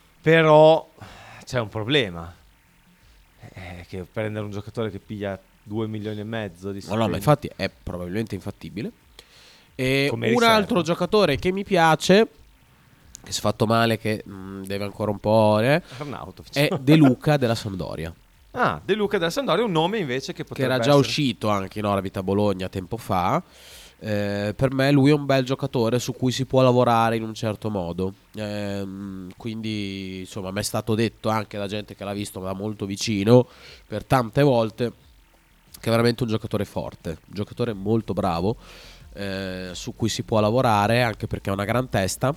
Però c'è un problema, eh, che prendere un giocatore che piglia due milioni e mezzo di no, no, ma infatti è probabilmente infattibile. E come un riserva. altro giocatore che mi piace, che si è fatto male, che mh, deve ancora un po', eh, è De Luca della Sampdoria. Ah, De Luca della Sampdoria è un nome invece che potrebbe che era già essere... uscito anche in Orbita Bologna tempo fa. Eh, per me lui è un bel giocatore su cui si può lavorare in un certo modo, eh, quindi insomma mi è stato detto anche da gente che l'ha visto da molto vicino per tante volte che è veramente un giocatore forte, un giocatore molto bravo, eh, su cui si può lavorare, anche perché ha una gran testa,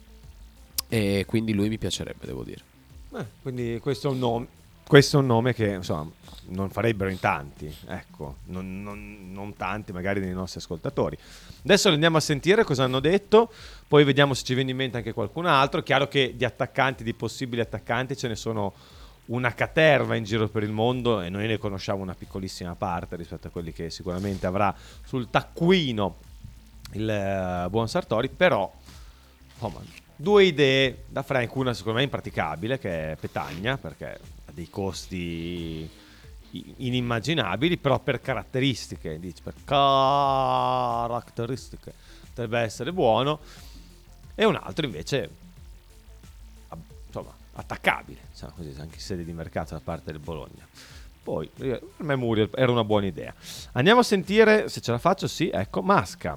e quindi lui mi piacerebbe, devo dire. Eh, quindi questo è un nome, questo è un nome che insomma non farebbero in tanti, ecco, non, non, non tanti magari dei nostri ascoltatori. Adesso li andiamo a sentire cosa hanno detto, poi vediamo se ci viene in mente anche qualcun altro. È chiaro che di attaccanti, di possibili attaccanti, ce ne sono una caterva in giro per il mondo e noi ne conosciamo una piccolissima parte rispetto a quelli che sicuramente avrà sul taccuino il uh, buon Sartori, però oh man, due idee da Frank, una secondo me impraticabile, che è Petagna, perché ha dei costi inimmaginabili, però per caratteristiche, dici, per caratteristiche potrebbe essere buono, e un altro invece insomma attaccabile, diciamo così, anche in sede di mercato da parte del Bologna. Poi per me Muriel era una buona idea. Andiamo a sentire, se ce la faccio, sì, ecco, Masca.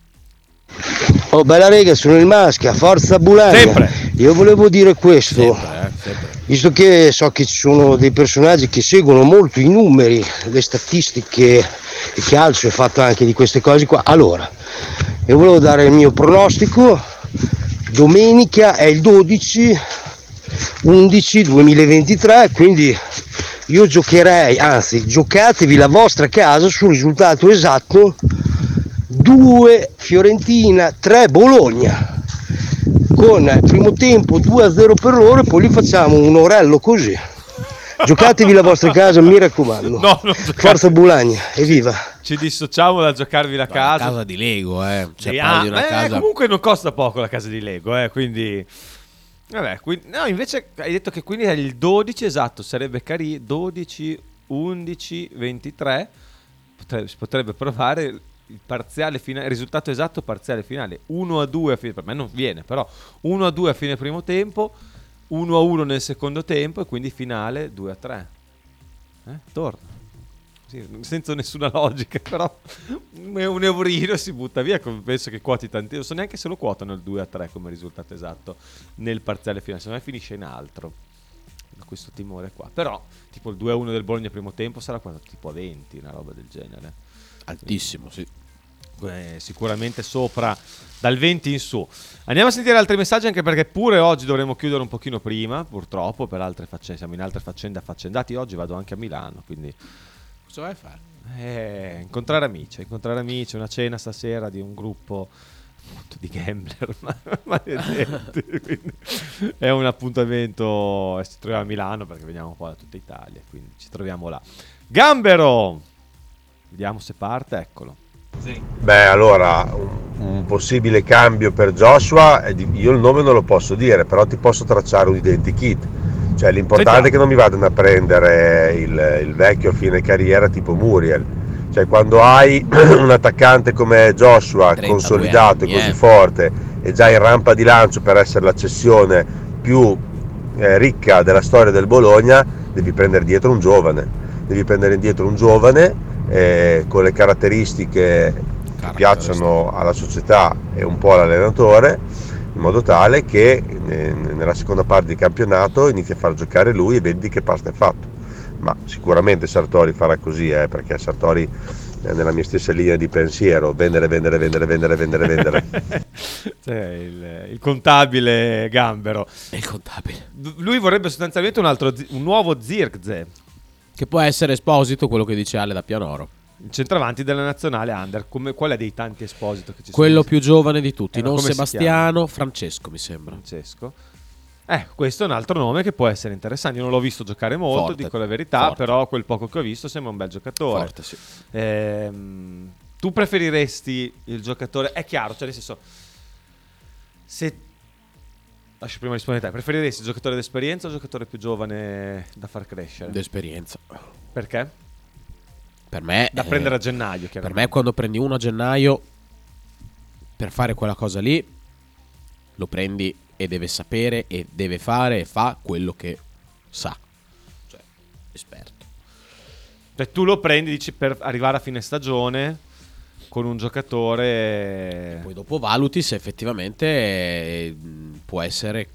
Oh bella rega, sono il Masca, forza Bulagna. Sempre. Io volevo dire questo, Sempre, eh, sempre. visto che so che ci sono dei personaggi che seguono molto i numeri, le statistiche, il calcio è fatto anche di queste cose qua. Allora, io volevo dare il mio pronostico. Domenica è il dodici undici duemilaventitré, quindi io giocherei, anzi giocatevi la vostra casa sul risultato esatto: due Fiorentina, tre Bologna, con il primo tempo due a zero per loro, e poi li facciamo un orello così. Giocatevi la vostra casa, mi raccomando. No, non giocate. Forza Bulagna, evviva. Ci dissociamo da giocarvi la casa. La casa di Lego, eh. Cioè, Sì, parli ah, di una eh, casa... comunque non costa poco la casa di Lego, eh, quindi vabbè, quindi, no, invece hai detto che quindi è il dodici, esatto, sarebbe carino, dodici undici ventitré, potrebbe, si potrebbe provare il parziale finale, il risultato esatto parziale finale uno a due a fine, per me non viene, però uno a due a fine primo tempo, uno a uno nel secondo tempo, e quindi finale due a tre. Eh, torna. Sì, senza nessuna logica, però un eurino si butta via. Penso che quoti tanti, non so neanche se lo quotano il due a tre come risultato esatto nel parziale finale, secondo me finisce in altro, ho questo timore qua. Però tipo il due a uno del Bologna primo tempo sarà quando, tipo a venti, una roba del genere, altissimo, sì. Eh, sicuramente sopra dal venti in su. Andiamo a sentire altri messaggi, anche perché pure oggi dovremo chiudere un pochino prima, purtroppo, per altre faccende, siamo in altre faccende affaccendati. Oggi vado anche a Milano, quindi cosa vai a fare? Eh, incontrare amici, incontrare amici, una cena stasera di un gruppo di gambler maledetti, quindi è un appuntamento, ci troviamo a Milano perché veniamo un po' da tutta Italia, quindi ci troviamo là. Gambero, vediamo se parte, eccolo. Sì. Beh, allora un, un possibile cambio per Joshua, io il nome non lo posso dire, però ti posso tracciare un identikit. Cioè l'importante è che non mi vadano a prendere il, il vecchio a fine carriera tipo Muriel. Cioè quando hai un attaccante come Joshua consolidato e così forte e già in rampa di lancio per essere la cessione più eh, ricca della storia del Bologna, devi prendere dietro un giovane. Devi prendere dietro un giovane eh, con le caratteristiche che piacciono alla società e un po' all'allenatore, in modo tale che nella seconda parte di campionato inizi a far giocare lui e vedi che pasta è fatto. Ma sicuramente Sartori farà così, eh, perché Sartori è nella mia stessa linea di pensiero: vendere, vendere, vendere, vendere, vendere, vendere. Cioè, il, il contabile Gambero. Il contabile. Lui vorrebbe sostanzialmente un altro, un nuovo Zirkzee, che può essere Esposito, quello che dice Ale da Pianoro. Il centravanti della nazionale under, come, qual è dei tanti Esposito che ci quello sono? Più giovane di tutti, eh, non Sebastiano, Francesco mi sembra. Francesco. Eh, questo è un altro nome che può essere interessante. Io non l'ho visto giocare molto, Forte. dico la verità, Forte. però quel poco che ho visto sembra un bel giocatore. Forte, sì. Ehm, tu preferiresti il giocatore? È chiaro, cioè nel senso, se lascio prima rispondere a te, preferiresti il giocatore d'esperienza o il giocatore più giovane da far crescere? D'esperienza. Perché? Per me da eh, prendere a gennaio, per me quando prendi uno a gennaio per fare quella cosa lì, lo prendi e deve sapere e deve fare e fa quello che sa, cioè esperto. Cioè tu lo prendi, dici, per arrivare a fine stagione con un giocatore e poi dopo valuti se effettivamente eh, può essere.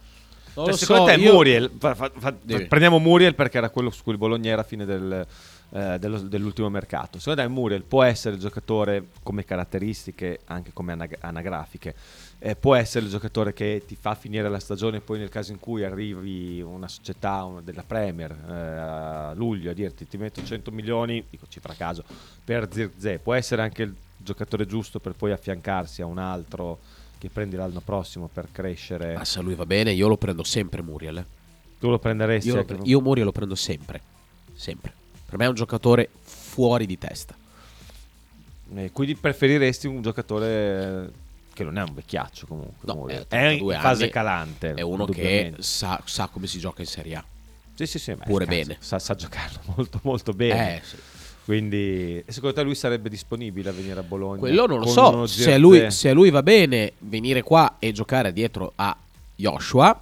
Cioè, secondo so, te io... Muriel fa, fa, fa, prendiamo Muriel perché era quello su cui il Bologna era a fine del, eh, dello, dell'ultimo mercato. Secondo me Muriel può essere il giocatore come caratteristiche, anche come anag- anagrafiche, eh, può essere il giocatore che ti fa finire la stagione, poi nel caso in cui arrivi una società una della Premier eh, a luglio a dirti ti metto cento milioni, dico cifra a caso, per Zirkzee, può essere anche il giocatore giusto per poi affiancarsi a un altro che prendi l'anno prossimo per crescere. Ma se a lui va bene, io lo prendo sempre Muriel. Eh. Tu lo prenderesti? Io, lo pre- io Muriel lo prendo sempre, sempre. Per me è un giocatore fuori di testa. Eh, quindi preferiresti un giocatore che non è un vecchiaccio comunque? No, Muriel. è, è in fase anni, calante. È uno che sa, sa come si gioca in Serie A. Sì, sì, sì. Pure cazzo, bene. Sa, sa giocarlo molto, molto bene. Eh, sì. Quindi, secondo te lui sarebbe disponibile a venire a Bologna? Quello non lo so. Se a, lui, se a lui va bene venire qua e giocare dietro a Joshua,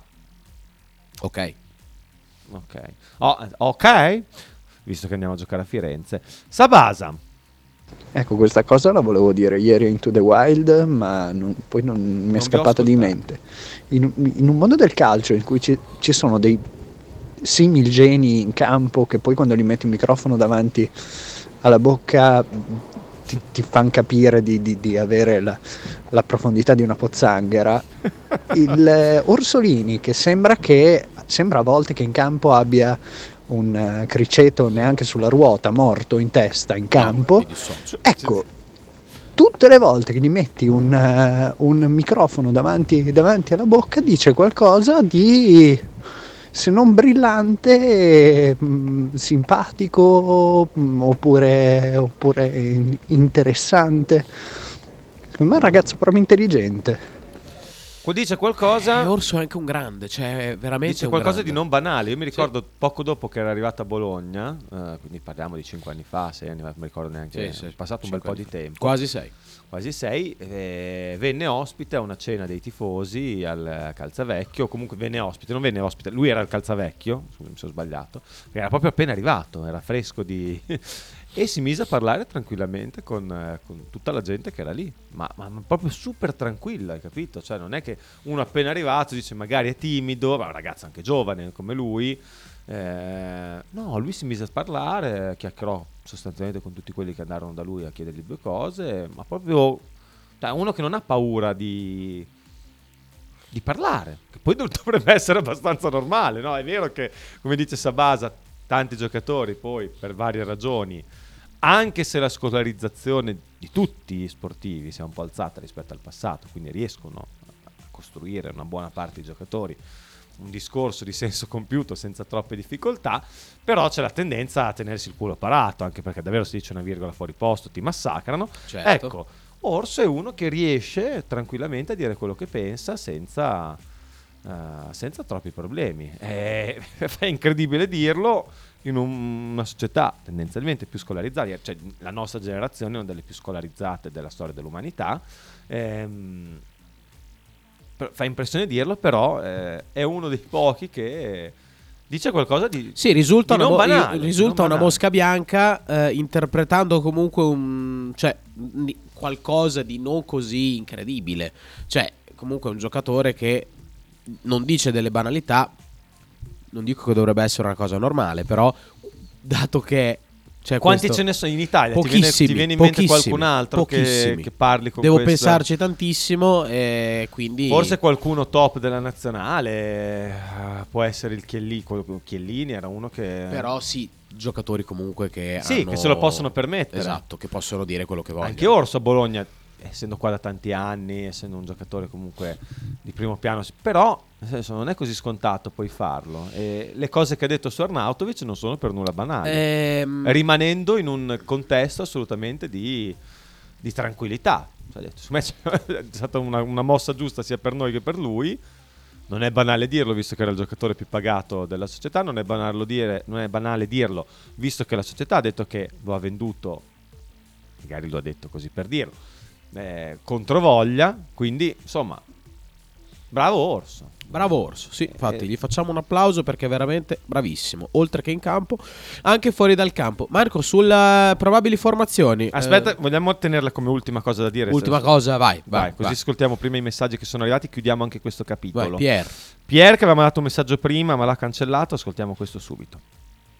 ok. Ok. Oh, ok. Visto che andiamo a giocare a Firenze. Sabasa. Ecco, questa cosa la volevo dire ieri a Into the Wild, ma non, poi non mi è scappata di mente. In, in un mondo del calcio in cui ci, ci sono dei simil geni in campo che poi quando gli metti il microfono davanti alla bocca ti, ti fanno capire di, di, di avere la, la profondità di una pozzanghera, il eh, Orsolini che sembra che sembra a volte che in campo abbia un uh, criceto neanche sulla ruota, morto in testa in campo. Ecco, tutte le volte che gli metti un, uh, un microfono davanti, davanti alla bocca dice qualcosa di, se non brillante, mh, simpatico, mh, oppure, oppure interessante. Per me è un ragazzo proprio intelligente. Dice qualcosa. E Orso è anche un grande, cioè veramente dice un qualcosa grande. di non banale. Io mi ricordo sì. poco dopo che era arrivato a Bologna, eh, quindi parliamo di cinque anni fa, sei anni fa, non mi ricordo neanche. Sì, sì, è passato un bel po' di fa. tempo. Quasi sei. Quasi sei. Eh, venne ospite a una cena dei tifosi al Calzavecchio. Comunque venne ospite, non venne ospite. Lui era al Calzavecchio, scusa, mi sono sbagliato. Era proprio appena arrivato, era fresco di. E si mise a parlare tranquillamente con, eh, con tutta la gente che era lì, ma, ma proprio super tranquilla, hai capito? Cioè non è che uno appena arrivato dice magari è timido, ma un ragazzo anche giovane come lui, eh, no, lui si mise a parlare, chiacchierò sostanzialmente con tutti quelli che andarono da lui a chiedergli due cose, ma proprio cioè, uno che non ha paura di, di parlare, che poi dovrebbe essere abbastanza normale, no? È vero che, come dice Sabasa, tanti giocatori poi per varie ragioni, anche se la scolarizzazione di tutti gli sportivi si è un po' alzata rispetto al passato, quindi riescono a costruire una buona parte dei giocatori un discorso di senso compiuto senza troppe difficoltà, però c'è la tendenza a tenersi il culo parato, anche perché davvero si dice una virgola fuori posto ti massacrano. Certo. Ecco, Orso è uno che riesce tranquillamente a dire quello che pensa senza uh, senza troppi problemi. È, è incredibile dirlo in un, una società tendenzialmente più scolarizzata, cioè la nostra generazione è una delle più scolarizzate della storia dell'umanità. Ehm, fa impressione dirlo, però eh, è uno dei pochi che dice qualcosa di sì, risulta di una, non mo- banale, risulta di non una banale. mosca bianca, eh, interpretando comunque un, cioè, n- qualcosa di non così incredibile. Cioè, comunque è un giocatore che non dice delle banalità. Non dico che dovrebbe essere una cosa normale, però dato che cioè quanti questo, ce ne sono in Italia? Pochissimi, ti, viene, ti viene in mente pochissimi, qualcun altro che, che parli con devo questa... pensarci tantissimo, e quindi forse qualcuno top della nazionale, uh, può essere il Chiellini. Chiellini era uno che però sì, giocatori comunque che sì, hanno... che se lo possono permettere, esatto, che possono dire quello che vogliono. Anche Orso a Bologna, essendo qua da tanti anni, essendo un giocatore comunque di primo piano, però nel senso, non è così scontato poi farlo, e le cose che ha detto su Arnautovic non sono per nulla banali, ehm... rimanendo in un contesto assolutamente di, di tranquillità. Cioè, secondo me è stata una, una mossa giusta sia per noi che per lui. Non è banale dirlo, visto che era il giocatore più pagato della società, non è banale, dire, non è banale dirlo, visto che la società ha detto che lo ha venduto, magari lo ha detto così per dirlo, eh, controvoglia, quindi insomma, bravo Orso. Bravo Orso, sì, infatti gli facciamo un applauso perché è veramente bravissimo, oltre che in campo, anche fuori dal campo. Marco, sulle probabili formazioni. Aspetta, eh, vogliamo tenerla come ultima cosa da dire? Ultima cosa, vai, vai, vai così vai. Ascoltiamo prima i messaggi che sono arrivati, chiudiamo anche questo capitolo. Vai, Pier. Pier che aveva mandato un messaggio prima ma l'ha cancellato, ascoltiamo questo subito.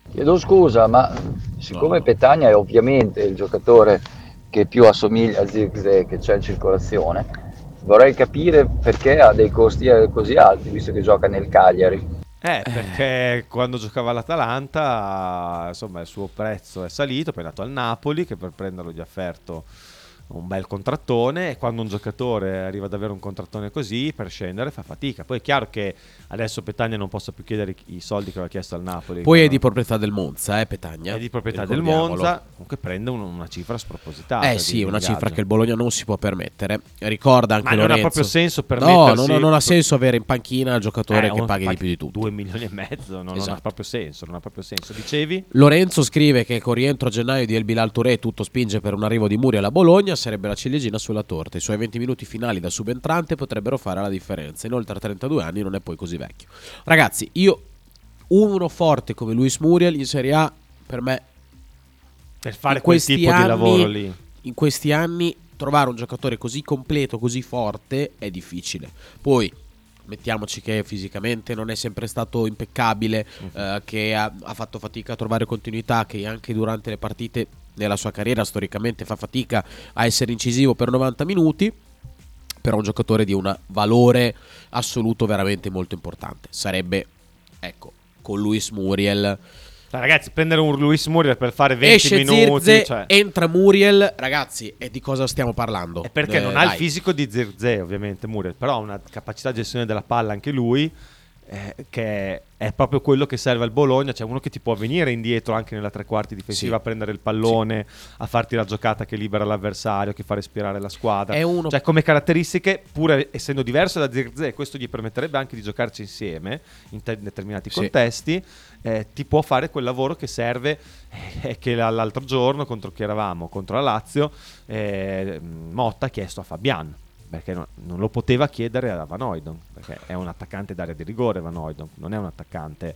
Chiedo scusa, ma siccome Petagna è ovviamente il giocatore che più assomiglia a Zirkzee che c'è in circolazione, vorrei capire perché ha dei costi così alti, visto che gioca nel Cagliari. Eh, perché quando giocava all'Atalanta, insomma, il suo prezzo è salito, poi è andato al Napoli, che per prenderlo gli ha offerto un bel contrattone, e quando un giocatore arriva ad avere un contrattone così, per scendere fa fatica. Poi è chiaro che adesso Petagna non possa più chiedere i soldi che aveva chiesto al Napoli. Poi è di proprietà del Monza, eh, Petagna. È di proprietà del Monza, comunque prende un, una cifra spropositata. Eh sì, di una ingaggio. cifra che il Bologna non si può permettere. Ricorda anche Ma non Lorenzo. ha proprio senso No, permettersi... non, non ha senso avere in panchina il giocatore Eh, che uno paghi fa di più di tutti. due milioni e mezzo, no, non Esatto. ha proprio senso, non ha proprio senso. Dicevi? Lorenzo scrive che con rientro a gennaio di El Bilal Touré tutto spinge per un arrivo di Muriel alla Bologna, sarebbe la ciliegina sulla torta. I suoi venti minuti finali da subentrante potrebbero fare la differenza. Inoltre a trentadue anni non è poi così vecchio. Ragazzi, io uno forte come Luis Muriel in Serie A, per me, Per fare in quel questi tipo anni, di lavoro lì. in questi anni trovare un giocatore così completo, così forte è difficile. Poi mettiamoci che fisicamente non è sempre stato impeccabile, uh-huh. eh, che ha, ha fatto fatica a trovare continuità, che anche durante le partite nella sua carriera storicamente fa fatica a essere incisivo per novanta minuti, però un giocatore di un valore assoluto veramente molto importante. Sarebbe, ecco, con Luis Muriel. Dai, ragazzi, prendere un Luis Muriel per fare venti Esce minuti, Zirkzee, cioè... entra Muriel, ragazzi, e di cosa stiamo parlando? È perché Eh, non ha dai. il fisico di Zirkzee, ovviamente Muriel, però ha una capacità di gestione della palla anche lui, eh, che è proprio quello che serve al Bologna, cioè uno che ti può venire indietro anche nella tre quarti difensiva, Sì. a prendere il pallone, sì. a farti la giocata che libera l'avversario, che fa respirare la squadra. È uno... Cioè, come caratteristiche, pur essendo diverso da Zirkzee, questo gli permetterebbe anche di giocarci insieme in te- determinati Sì. contesti. Eh, ti può fare quel lavoro che serve, eh, che l'altro giorno contro chi eravamo, contro la Lazio, eh, Motta ha chiesto a Fabian, perché no, non lo poteva chiedere a Van Hooijdonk, perché è un attaccante d'area di rigore Van Hooijdonk, non è un attaccante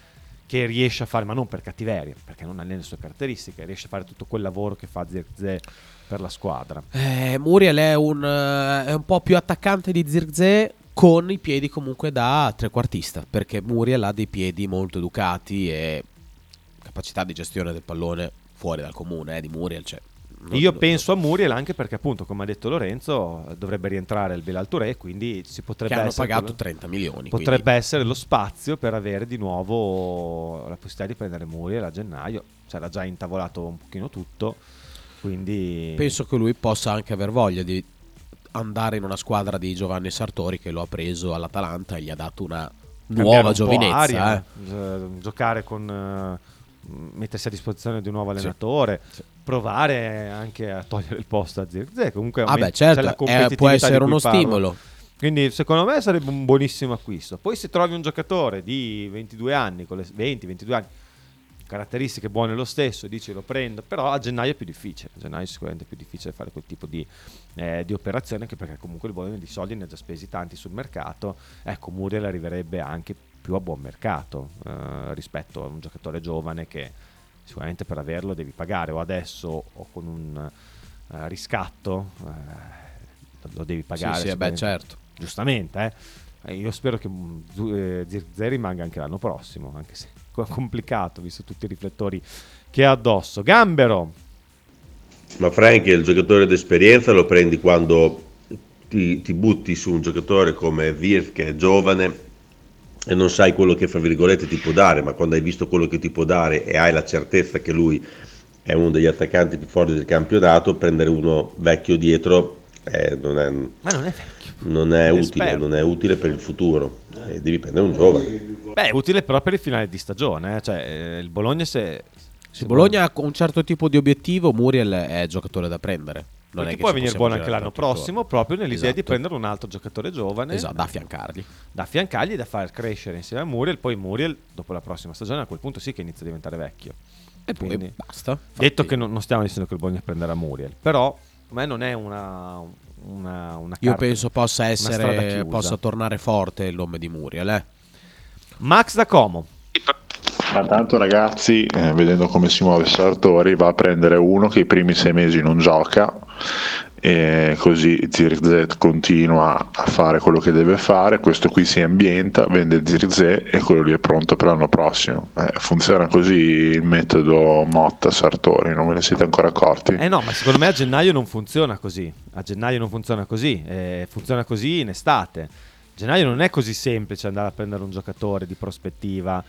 che riesce a fare, ma non per cattiveria, perché non ha le sue caratteristiche, riesce a fare tutto quel lavoro che fa Zirkzee per la squadra. Eh, Muriel è un, eh, è un po' più attaccante di Zirkzee, con i piedi comunque da trequartista, perché Muriel ha dei piedi molto educati e capacità di gestione del pallone fuori dal comune, eh, di Muriel. Cioè, non, Io non, penso a Muriel anche perché, appunto, come ha detto Lorenzo, dovrebbe rientrare il Bilal Touré, quindi si potrebbe che hanno essere pagato quello- trenta milioni. potrebbe quindi. essere lo spazio per avere di nuovo la possibilità di prendere Muriel a gennaio. Cioè, l'ha già intavolato un pochino tutto, quindi Penso che lui possa anche aver voglia di andare in una squadra di Giovanni Sartori, che lo ha preso all'Atalanta e gli ha dato una cambiare nuova un po' giovinezza. aria, eh. gi- giocare con eh, mettersi a disposizione di un nuovo allenatore, Sì. provare anche a togliere il posto a Zirkzee. Comunque Ah aumenta- beh, certo, c'è la eh, competitività può di essere cui uno parlo. stimolo. Quindi secondo me sarebbe un buonissimo acquisto. Poi se trovi un giocatore di ventidue anni, con le venti ventidue anni, caratteristiche buone lo stesso, dici lo prendo, però a gennaio è più difficile. A gennaio è sicuramente più difficile fare quel tipo di, eh, di operazione, anche perché comunque il Bologna di soldi ne ha già spesi tanti sul mercato. Ecco, Muriel arriverebbe anche più a buon mercato eh, rispetto a un giocatore giovane che sicuramente per averlo devi pagare o adesso o con un uh, riscatto eh, lo devi pagare. Sì, sì, beh, certo. Giustamente, eh. Io spero che eh, Zirkzee rimanga anche l'anno prossimo, anche se è complicato visto tutti i riflettori che ha addosso. Gambero. Ma Frank, il giocatore d'esperienza lo prendi quando ti, ti butti su un giocatore come Wirth, che è giovane e non sai quello che, fra virgolette, ti può dare, ma quando hai visto quello che ti può dare e hai la certezza che lui è uno degli attaccanti più forti del campionato, prendere uno vecchio dietro eh, non è, Ma non è vecchio. non è È utile, esperto. non è utile per il futuro. Eh, devi prendere un giovane. Beh, è utile però per il finale di stagione, eh. Cioè eh, il Bologna se, Se Bologna ha un certo tipo di obiettivo, Muriel è giocatore da prendere. Non perché è che può ci venire possiamo buono anche girare l'anno tanto prossimo, intorno. proprio nell'idea di Esatto. prendere un altro giocatore giovane, Esatto, da affiancargli. da affiancargli, da far crescere insieme a Muriel. Poi Muriel dopo la prossima stagione a quel punto sì che inizia a diventare vecchio. E poi Quindi, basta. detto Infatti, che non, non stiamo dicendo che il Bologna prenderà Muriel, però a me non è una, una, una io carta- penso possa una strada essere chiusa. possa tornare forte il nome di Muriel, eh. Max da Como. Ma tanto ragazzi, eh, vedendo come si muove Sartori, va a prendere uno che i primi sei mesi non gioca e così Zirkzee continua a fare quello che deve fare, questo qui si ambienta, vende Zirkzee e quello lì è pronto per l'anno prossimo. Eh, funziona così il metodo Motta Sartori, non ve ne siete ancora accorti? Eh no, ma secondo me a gennaio non funziona così, a gennaio non funziona così, eh, funziona così in estate. A gennaio non è così semplice andare a prendere un giocatore di prospettiva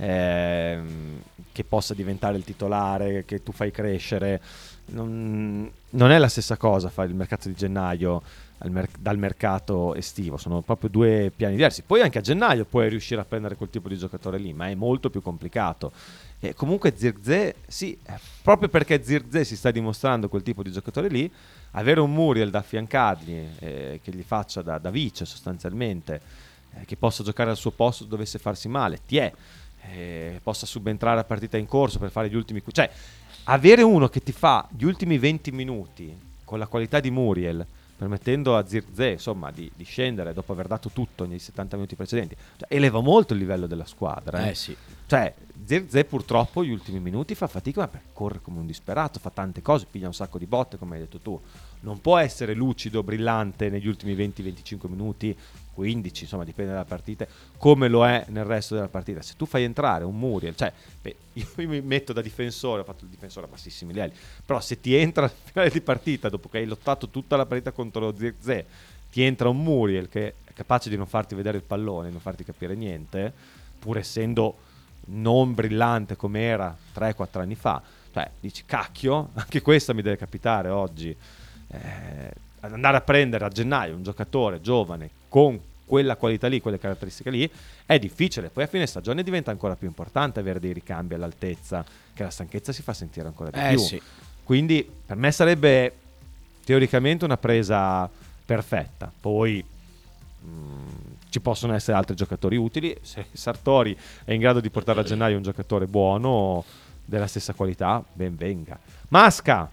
eh, che possa diventare il titolare, che tu fai crescere. Non, non è la stessa cosa fare il mercato di gennaio al mer- dal mercato estivo, sono proprio due piani diversi. Poi anche a gennaio puoi riuscire a prendere quel tipo di giocatore lì, ma è molto più complicato. E comunque Zirkzee, sì, proprio perché Zirkzee si sta dimostrando quel tipo di giocatore lì, avere un Muriel da affiancargli, eh, che gli faccia da, da vice sostanzialmente, eh, che possa giocare al suo posto se dovesse farsi male, ti è, eh, possa subentrare a partita in corso per fare gli ultimi... Cioè, avere uno che ti fa gli ultimi venti minuti con la qualità di Muriel, permettendo a Zirkzee insomma di, di scendere dopo aver dato tutto nei settanta minuti precedenti, cioè, eleva molto il livello della squadra. Eh, Eh sì. Cioè Zirkzee purtroppo gli ultimi minuti fa fatica, ma corre come un disperato, fa tante cose, piglia un sacco di botte come hai detto tu. Non può essere lucido, brillante negli ultimi venti venticinque minuti, quindici, insomma dipende dalla partita, come lo è nel resto della partita. Se tu fai entrare un Muriel, cioè beh, io mi metto da difensore, ho fatto il difensore a bassissimi livelli, però se ti entra al finale di partita dopo che hai lottato tutta la partita contro lo Zirkzee, ti entra un Muriel che è capace di non farti vedere il pallone, non farti capire niente, pur essendo non brillante come era tre quattro anni fa, cioè dici cacchio, anche questa mi deve capitare oggi. Eh, andare a prendere a gennaio un giocatore giovane con quella qualità lì, quelle caratteristiche lì, è difficile. Poi a fine stagione diventa ancora più importante avere dei ricambi all'altezza, che la stanchezza si fa sentire ancora di Eh, più. sì. Quindi per me sarebbe teoricamente una presa perfetta. Poi mh, ci possono essere altri giocatori utili. Se Sartori è in grado di portare a gennaio un giocatore buono della stessa qualità, ben venga. Masca!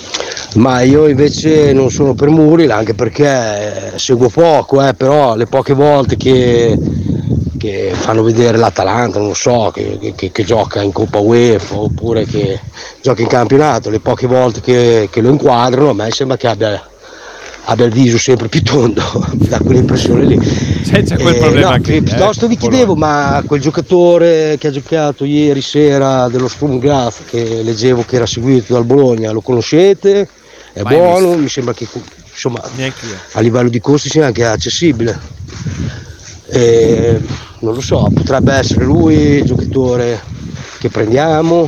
Ma io invece non sono per Muriel, anche perché seguo poco, eh, però le poche volte che, che fanno vedere l'Atalanta, non so, che, che, che gioca in Coppa UEFA oppure che gioca in campionato, le poche volte che, che lo inquadrano, a me sembra che abbia, abbia il viso sempre più tondo, mi dà quell'impressione lì. C'è, c'è quel Eh, problema no, anche che lì, piuttosto eh, vi chiedevo, ma quel giocatore che ha giocato ieri sera dello Sturm Graz, che leggevo che era seguito dal Bologna, lo conoscete? È Mai buono? visto. Mi sembra che insomma Neanch'io. a livello di costi sia anche accessibile. E, non lo so, potrebbe essere lui il giocatore che prendiamo.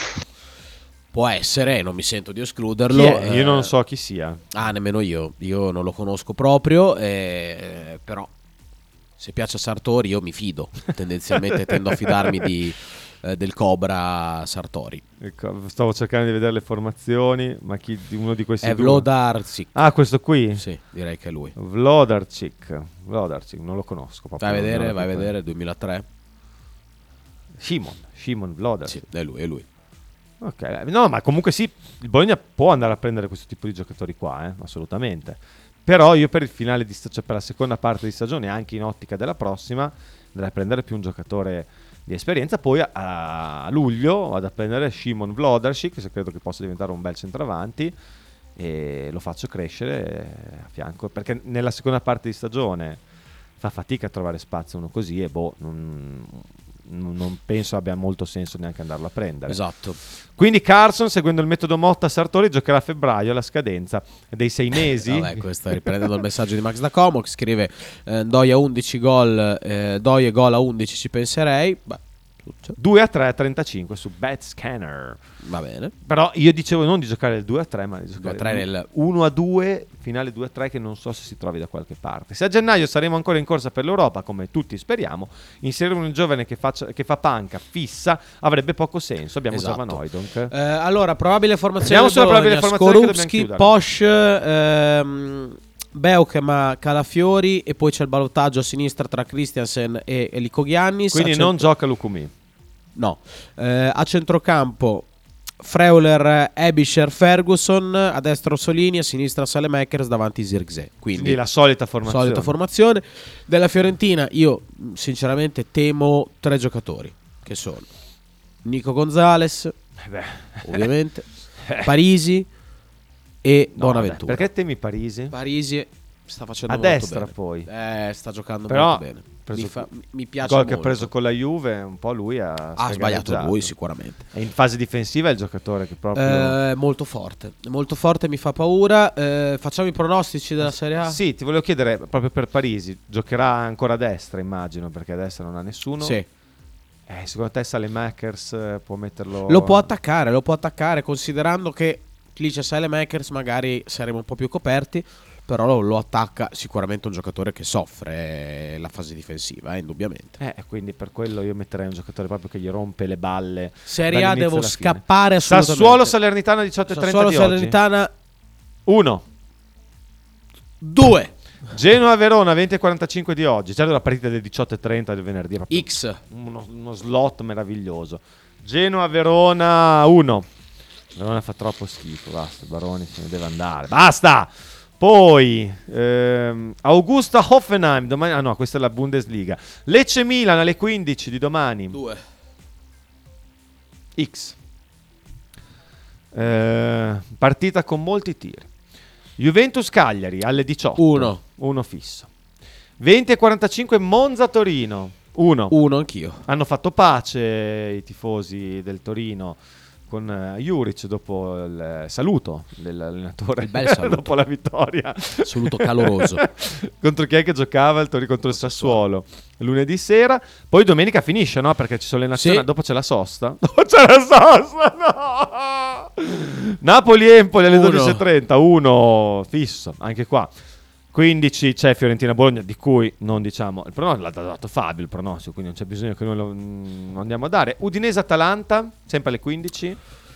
Può essere, non mi sento di Chi escluderlo. è? Io eh, non so chi sia. Ah, nemmeno io, io non lo conosco proprio, eh, però se piace a Sartori io mi fido, tendenzialmente tendo a fidarmi di, eh, del Cobra Sartori. Ecco, stavo cercando di vedere le formazioni, ma chi di uno di questi È due? Vlodarczyk. Ah, questo qui? Sì, direi che è lui. Vlodarczyk. Vlodarczyk, non lo conosco proprio. Vai a vedere, non lo vai a conosco. vedere, duemilatré. Shimon, Shimon Vlodarczyk. Sì, è lui, è lui. Ok, no, ma comunque sì, il Bologna può andare a prendere questo tipo di giocatori qua, eh, assolutamente. Però io per il finale di stagione, cioè per la seconda parte di stagione, anche in ottica della prossima, andrei a prendere più un giocatore di esperienza. Poi a, a luglio vado a prendere Shimon Vlodarczyk, se credo che possa diventare un bel centravanti, e lo faccio crescere a fianco, perché nella seconda parte di stagione fa fatica a trovare spazio uno così, e boh, non, non penso abbia molto senso neanche andarlo a prendere. Esatto. Quindi Carson, seguendo il metodo Motta Sartori, giocherà a febbraio alla scadenza dei sei mesi. Vabbè, questo riprendendo il messaggio di Max da Como, che scrive eh, Doi a undici gol, eh, Doi e gol a undici ci penserei. Beh, due a tre a trentacinque su Bet Scanner. Va bene. Però io dicevo non di giocare il due a tre, ma di giocare due a tre nel... uno a due, finale due a tre, che non so se si trovi da qualche parte. Se a gennaio saremo ancora in corsa per l'Europa, come tutti speriamo, inserire un giovane che, faccia, che fa panca fissa avrebbe poco senso. Abbiamo già Esatto. Van Hooijdonk. Eh, allora, probabile formazione Andiamo del sulla Bologna: probabile formazione che Skorupski, dobbiamo chiudere. Posch, ehm, Beukema, Calafiori, e poi c'è il ballottaggio a sinistra tra Christiansen e Eliko Giannis. Quindi A non centro- gioca Lukumi. No, eh, a centrocampo Freuler, Ebischer, Ferguson, a destra Orsolini, a sinistra Saelemaekers, davanti Zirkzee. Quindi Quindi la solita formazione. solita formazione della Fiorentina. Io mh, sinceramente temo tre giocatori, che sono Nico Gonzalez, Eh beh. ovviamente, Parisi e No, Bonaventura. vabbè, perché temi Parisi? Parisi sta facendo a molto destra bene. poi. Eh, sta giocando Però, molto bene. preso- Mi, fa- mi piace il gol molto. che ha preso con la Juve, un po' lui ha Ha sbagliato lui sicuramente. E in fase difensiva è il giocatore che proprio Eh, molto forte, molto forte, mi fa paura. Eh, facciamo i pronostici della Serie A? Sì, ti volevo chiedere proprio per Parisi, giocherà ancora a destra, immagino, perché a destra non ha nessuno. Sì. Eh, secondo te Saelemaekers eh, può metterlo Lo può attaccare, lo può attaccare, considerando che lì c'è Saelemaekers, magari saremo un po' più coperti, però lo, lo attacca sicuramente un giocatore che soffre la fase difensiva, eh, indubbiamente. Eh, quindi per quello io metterei un giocatore proprio che gli rompe le balle. Serie A dall'inizio devo alla fine. scappare assolutamente. Sassuolo Salernitana diciotto e trenta Sassuolo di oggi. Salernitana uno. due. Genoa Verona venti e quarantacinque di oggi. C'è la partita del diciotto e trenta del venerdì. proprio X. Uno, uno slot meraviglioso. Genoa Verona uno. Verona fa troppo schifo. Basta, Baroni se ne deve andare. Basta! Poi ehm, Augusta Hoffenheim domani. Ah no, questa è la Bundesliga. Lecce Milan alle quindici di domani. due. X. Eh, partita con molti tiri. Juventus Cagliari alle diciotto. uno. Uno fisso. venti e quarantacinque Monza Torino. uno. uno anch'io. Hanno fatto pace i tifosi del Torino con uh, Juric dopo il saluto dell'allenatore. Il bel saluto. Dopo la vittoria. Saluto caloroso. Contro chi è che giocava il Torino? Contro il Sassuolo. Lunedì sera. Poi domenica finisce, no? Perché ci sono le nazionali. Sì. Dopo c'è la sosta. Dopo c'è la sosta, no! Napoli-Empoli alle Uno. dodici e trenta. uno fisso, anche qua. quindici c'è Fiorentina-Bologna, di cui non diciamo il pronostico, l'ha dato Fabio il pronostico, quindi non c'è bisogno che noi lo mm, andiamo a dare. Udinese-Atalanta, sempre alle quindici.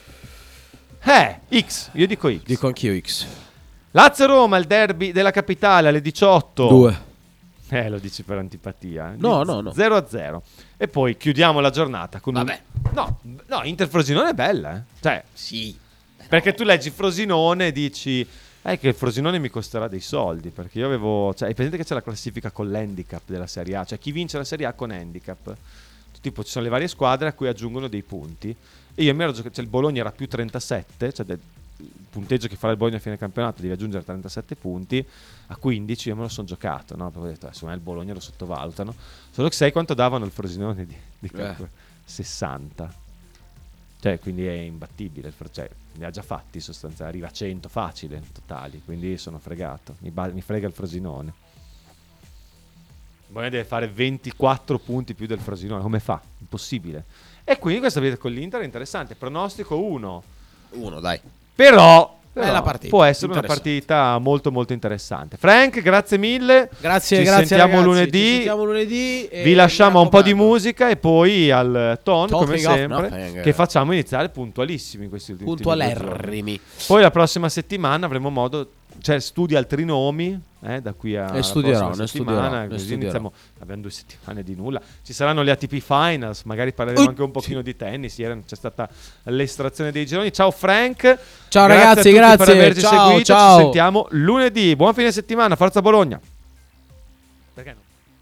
Eh, X, io dico X. Dico anch'io X. Lazio-Roma, il derby della capitale alle diciotto. due. Eh, lo dici per antipatia. No, no, no. zero a zero. E poi chiudiamo la giornata con Vabbè. un... No, no, Inter-Frosinone è bella, eh. Cioè, sì. perché tu leggi Frosinone e dici... Eh, che il Frosinone mi costerà dei soldi, perché io avevo... Cioè, hai presente che c'è la classifica con l'handicap della Serie A? Cioè, chi vince la Serie A con handicap? Tipo, ci sono le varie squadre a cui aggiungono dei punti. E io mi ero giocato... Cioè, il Bologna era più trentasette, cioè del il punteggio che farà il Bologna a fine campionato devi aggiungere trentasette punti, a quindici io me lo sono giocato, no? Perché ho detto, eh, secondo me il Bologna lo sottovalutano. Solo che sai quanto davano il Frosinone di, di Eh. sessanta. Cioè, quindi è imbattibile. il Fro- Cioè, li ha già fatti sostanzialmente. Arriva a cento facile totali. Quindi sono fregato. Mi, ba- mi frega il Frosinone. Il Bologna deve fare ventiquattro punti più del Frosinone. Come fa? Impossibile. E quindi questa partita con l'Inter è interessante. Pronostico uno. Uno, dai. Però, È la partita. può essere una Interessante. partita molto molto interessante. Frank, grazie mille. Grazie, Ci grazie sentiamo ragazzi. lunedì. Ci sentiamo lunedì e Vi lasciamo mi un po' di raccomando. musica e poi al ton, come Talking of sempre, nothing. che facciamo iniziare puntualissimi in questi ultimi Puntualerrimi. giorni. Poi la prossima settimana avremo modo, cioè studi altri nomi, eh, da qui a Ne alla studierò, prossima ne settimana, studierò, ne così studierò. iniziamo, abbiamo due settimane di nulla. Ci saranno le A T P Finals, magari parleremo Uh, anche un pochino di tennis. Ieri c'è stata l'estrazione dei gironi. Ciao Frank. Ciao Grazie a ragazzi, tutti grazie. per averci Ciao, seguito. ciao. Ci sentiamo lunedì. Buon fine settimana, forza Bologna. Perché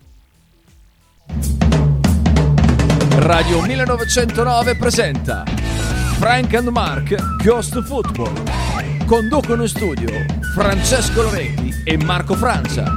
no? Radio millenovecentonove presenta Frank and Mark Ghost Football. Conducono in studio Francesco Loretti e Marco Francia.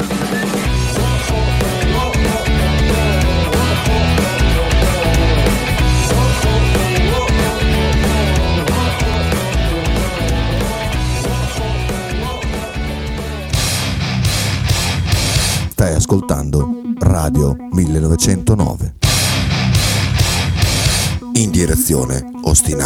Stai ascoltando Radio millenovecentonove. In direzione ostinata.